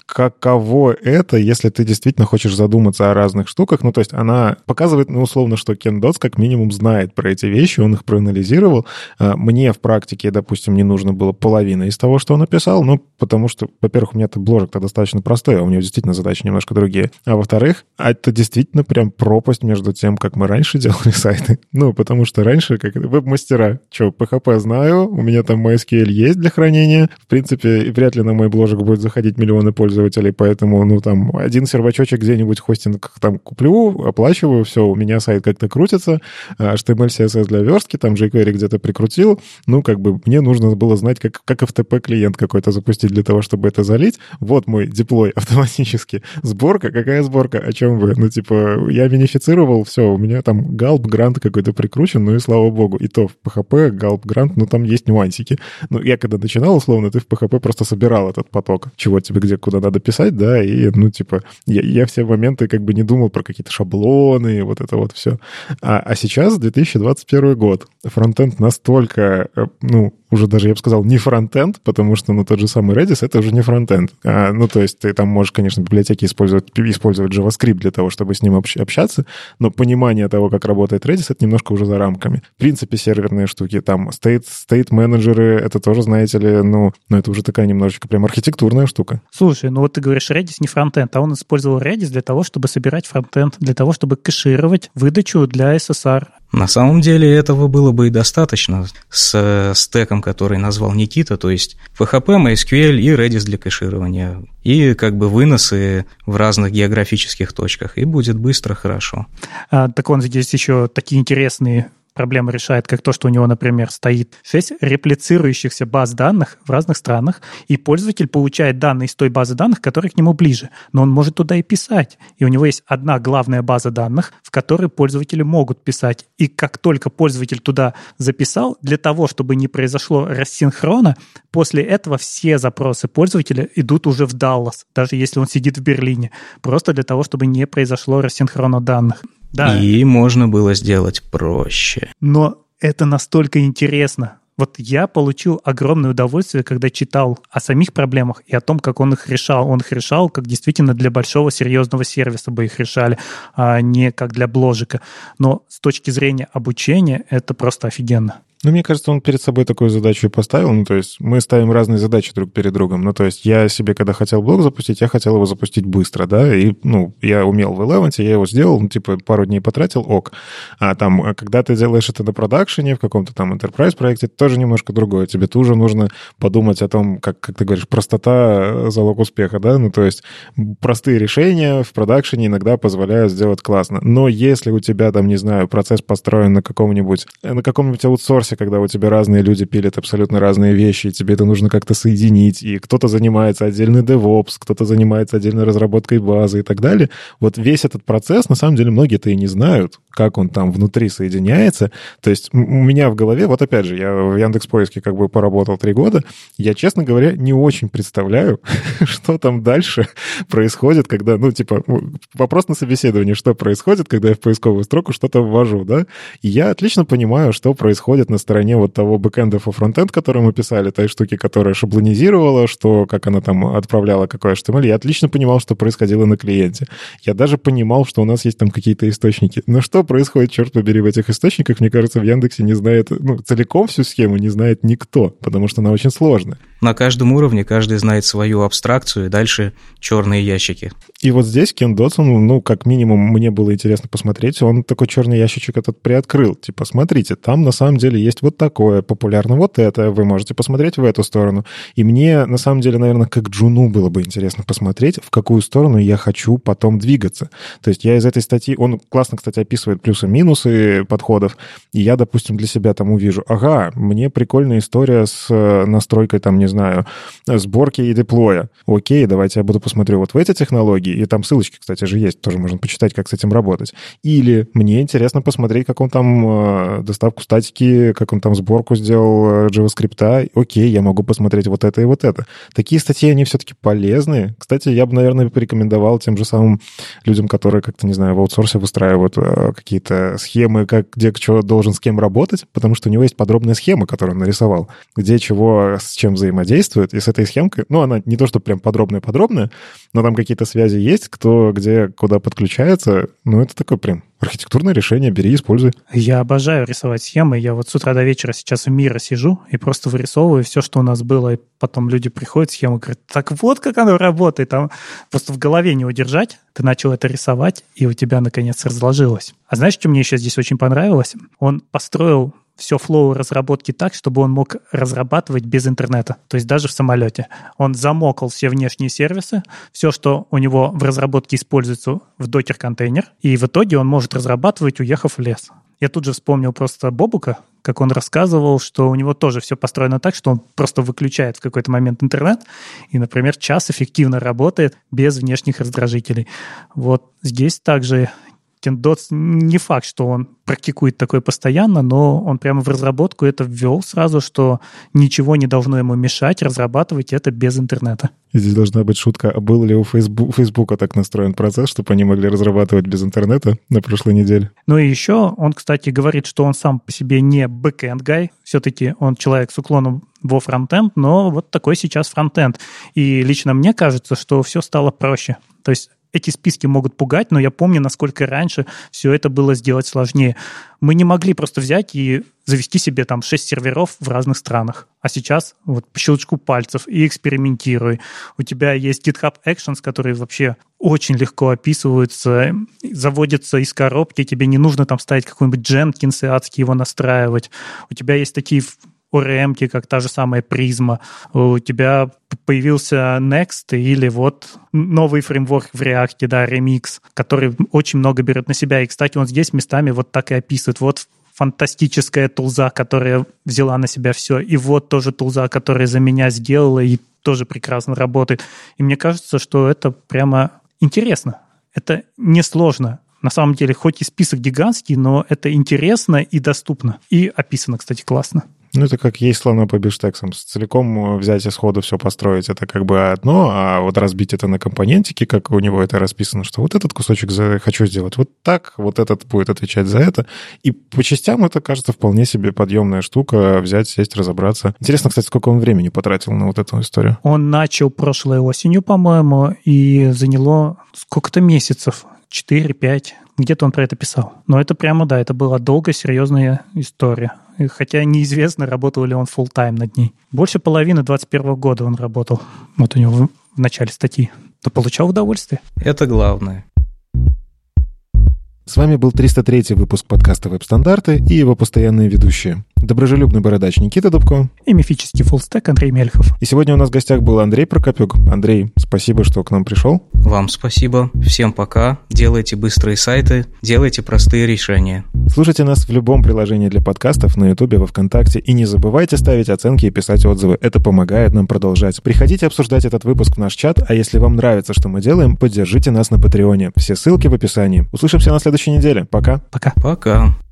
каково это, если ты действительно хочешь задуматься о разных штуках. Ну, то есть она показывает, ну, условно, что Кен Дотс как минимум знает про эти вещи, он их проанализировал. Мне в практике, допустим, не нужно было половины из того, что он написал, ну, потому что, во-первых, у меня-то бложек-то достаточно простой, а у него действительно задачи немножко другие. А во-вторых, это действительно прям пропасть между тем, как мы раньше делали сайты. Ну, потому что раньше, как веб-мастера, что, пи эйч пи знаю, у меня там MySQL есть для хранения. В принципе, и вряд ли на мой бложек будет заходить миллионы пользователей, поэтому, ну, там, один сервачочек где-нибудь хостинг там куплю, оплачиваю, все, у меня сайт как-то крутится, эйч ти эм эль, си эс эс для верстки, там jQuery где-то прикрутил. Ну, как бы мне нужно было знать, как, как эф ти пи-клиент какой-то запустить для того, чтобы это залить. Вот мой деплой автоматически. Сборка? Какая сборка? О чем вы? Ну, типа, я минифицировал, все, у меня там галп грант какой-то прикручен, ну и слава богу. И то в пи эйч пи галп грант, ну, там есть нюансики. Ну, я когда начинал, условно, ты в пи эйч пи просто собирал этот поток, чего тебе где, куда надо писать, да, и, ну, типа, я, я все моменты как бы не думал про какие-то шаблоны, вот это вот все. А, а сейчас две тысячи двадцать первый год. Фронтенд настолько, ну, уже даже, я бы сказал, не фронтенд, потому что, ну, тот же самый Redis — это уже не фронтенд. А, ну, то есть ты там можешь, конечно, библиотеки использовать, использовать JavaScript для того, чтобы с ним общаться, но понимание того, как работает Redis, это немножко уже за рамками. В принципе, серверные штуки, там, state, state-менеджеры, это тоже, знаете ли, ну, ну, это уже такая немножечко прям архитектурная штука. Слушай, ну вот ты говоришь, Redis не фронтенд, а он использовал Redis для того, чтобы собирать фронтенд, для того, чтобы кэшировать выдачу для эс эс ар. На самом деле этого было бы и достаточно с стеком, который назвал Никита, то есть пи эйч пи, MySQL и Redis для кэширования. И как бы выносы в разных географических точках, и будет быстро, хорошо. А, так он здесь еще такие интересные проблемы решает, как то, что у него, например, стоит шесть реплицирующихся баз данных в разных странах, и пользователь получает данные из той базы данных, которая к нему ближе. Но он может туда и писать. И у него есть одна главная база данных, в которой пользователи могут писать. И как только пользователь туда записал, для того, чтобы не произошло рассинхрона, после этого все запросы пользователя идут уже в Даллас, даже если он сидит в Берлине. Просто для того, чтобы не произошло рассинхрона данных. Да. И можно было сделать проще. Но это настолько интересно. Вот я получил огромное удовольствие, когда читал о самих проблемах и о том, как он их решал. Он их решал, как действительно для большого серьезного сервиса бы их решали, а не как для бложика. Но с точки зрения обучения это просто офигенно. Ну, мне кажется, он перед собой такую задачу и поставил. Ну, то есть мы ставим разные задачи друг перед другом. Ну, то есть я себе, когда хотел блог запустить, я хотел его запустить быстро, да, и, ну, я умел в Eleven, я его сделал, ну, типа, пару дней потратил, ок. А там, когда ты делаешь это на продакшене, в каком-то там enterprise проекте, это тоже немножко другое. Тебе тоже нужно подумать о том, как, как ты говоришь, простота — залог успеха, да, ну, то есть простые решения в продакшене иногда позволяют сделать классно. Но если у тебя, там, не знаю, процесс построен на каком-нибудь, на каком-нибудь аутсорсе, когда у тебя разные люди пилят абсолютно разные вещи, и тебе это нужно как-то соединить, и кто-то занимается отдельно DevOps, кто-то занимается отдельно разработкой базы и так далее. Вот весь этот процесс, на самом деле, многие-то и не знают, как он там внутри соединяется. То есть у меня в голове, вот опять же, я в Яндекс.Поиске как бы поработал три года, я, честно говоря, не очень представляю, что там дальше происходит, когда, ну, типа, вопрос на собеседовании, что происходит, когда я в поисковую строку что-то ввожу, да, и я отлично понимаю, что происходит на стороне вот того бэкэнда for фронтенд, который мы писали, той штуки, которая шаблонизировала, что, как она там отправляла какой эйч ти эм эль, я отлично понимал, что происходило на клиенте. Я даже понимал, что у нас есть там какие-то источники. Но что происходит, черт побери, в этих источниках, мне кажется, в Яндексе не знает, ну, целиком всю схему не знает никто, потому что она очень сложная. На каждом уровне каждый знает свою абстракцию, и дальше черные ящики. И вот здесь Кен Дотсон, ну, как минимум, мне было интересно посмотреть, он такой черный ящичек этот приоткрыл. Типа, смотрите, там на самом деле есть вот такое, популярно вот это, вы можете посмотреть в эту сторону. И мне, на самом деле, наверное, как джуну было бы интересно посмотреть, в какую сторону я хочу потом двигаться. То есть я из этой статьи, он классно, кстати, описывает плюсы-минусы подходов, и я, допустим, для себя там увижу, ага, мне прикольная история с настройкой, там, не знаю, сборки и деплоя. Окей, давайте я буду посмотрю вот в эти технологии, и там ссылочки, кстати, же есть, тоже можно почитать, как с этим работать. Или мне интересно посмотреть, как он там доставку статики, как он там сборку сделал JavaScript. Окей, я могу посмотреть вот это и вот это. Такие статьи, они все-таки полезны. Кстати, я бы, наверное, порекомендовал тем же самым людям, которые как-то, не знаю, в аутсорсе выстраивают какие-то схемы, как где что должен с кем работать, потому что у него есть подробная схема, которую он нарисовал, где чего с чем взаимодействует. И с этой схемкой, ну, она не то, что прям подробная-подробная, но там какие-то связи есть, кто где куда подключается. Ну, это такое прям архитектурное решение, бери, используй. Я обожаю рисовать схемы. Я вот с утра до вечера сейчас в Мира сижу и просто вырисовываю все, что у нас было. И потом люди приходят, схему, говорят, так вот как оно работает. Там просто в голове не удержать. Ты начал это рисовать, и у тебя, наконец, разложилось. А знаешь, что мне еще здесь очень понравилось? Он построил все флоу разработки так, чтобы он мог разрабатывать без интернета, то есть даже в самолете. Он замокал все внешние сервисы, все, что у него в разработке используется в докер-контейнер, и в итоге он может разрабатывать, уехав в лес. Я тут же вспомнил просто Бобука, как он рассказывал, что у него тоже все построено так, что он просто выключает в какой-то момент интернет и, например, час эффективно работает без внешних раздражителей. Вот здесь также Кен Дотсон, не факт, что он практикует такое постоянно, но он прямо в разработку это ввел сразу, что ничего не должно ему мешать разрабатывать это без интернета. Здесь должна быть шутка, а был ли у Facebook, Фейсбука так настроен процесс, чтобы они могли разрабатывать без интернета на прошлой неделе? Ну и еще он, кстати, говорит, что он сам по себе не бэкэнд-гай, все-таки он человек с уклоном во фронтенд, но вот такой сейчас фронтенд. И лично мне кажется, что все стало проще. То есть эти списки могут пугать, но я помню, насколько раньше все это было сделать сложнее. Мы не могли просто взять и завести себе там шесть серверов в разных странах. А сейчас вот по щелчку пальцев и экспериментируй. У тебя есть GitHub Actions, которые вообще очень легко описываются, заводятся из коробки, тебе не нужно там ставить какой-нибудь Jenkins и адски его настраивать. У тебя есть такие о эр эм-ки, как та же самая Prisma. У тебя появился Next или вот новый фреймворк в React, да, Remix, который очень много берет на себя. И, кстати, он здесь местами вот так и описывает. Вот фантастическая тулза, которая взяла на себя все, и вот тоже тулза, которая за меня сделала и тоже прекрасно работает. И мне кажется, что это прямо интересно. Это несложно. На самом деле, хоть и список гигантский, но это интересно и доступно. И описано, кстати, классно. Ну, это как есть слона по бифштексам. Целиком взять и сходу все построить, это как бы одно, а вот разбить это на компонентики, как у него это расписано, что вот этот кусочек за... хочу сделать вот так, вот этот будет отвечать за это. И по частям это, кажется, вполне себе подъемная штука, взять, сесть, разобраться. Интересно, кстати, сколько он времени потратил на вот эту историю. Он начал прошлой осенью, по-моему, и заняло сколько-то месяцев, четыре-пять. Где-то он про это писал. Но это прямо, да, это была долгая, серьезная история. Хотя неизвестно, работал ли он фулл-тайм над ней. Больше половины двадцать первого года он работал. Вот у него в начале статьи. То получал удовольствие. Это главное. С вами был триста третий выпуск подкаста «Веб-стандарты» и его постоянные ведущие. Доброжелюбный бородач Никита Дубко и мифический фуллстек Андрей Мельхов. И сегодня у нас в гостях был Андрей Прокопюк. Андрей, спасибо, что к нам пришел. Вам спасибо. Всем пока. Делайте быстрые сайты, делайте простые решения. Слушайте нас в любом приложении для подкастов, на Ютубе, во Вконтакте. И не забывайте ставить оценки и писать отзывы. Это помогает нам продолжать. Приходите обсуждать этот выпуск в наш чат, а если вам нравится, что мы делаем, поддержите нас на Патреоне. Все ссылки в описании. Услышимся на следующей неделе. Пока. Пока. Пока.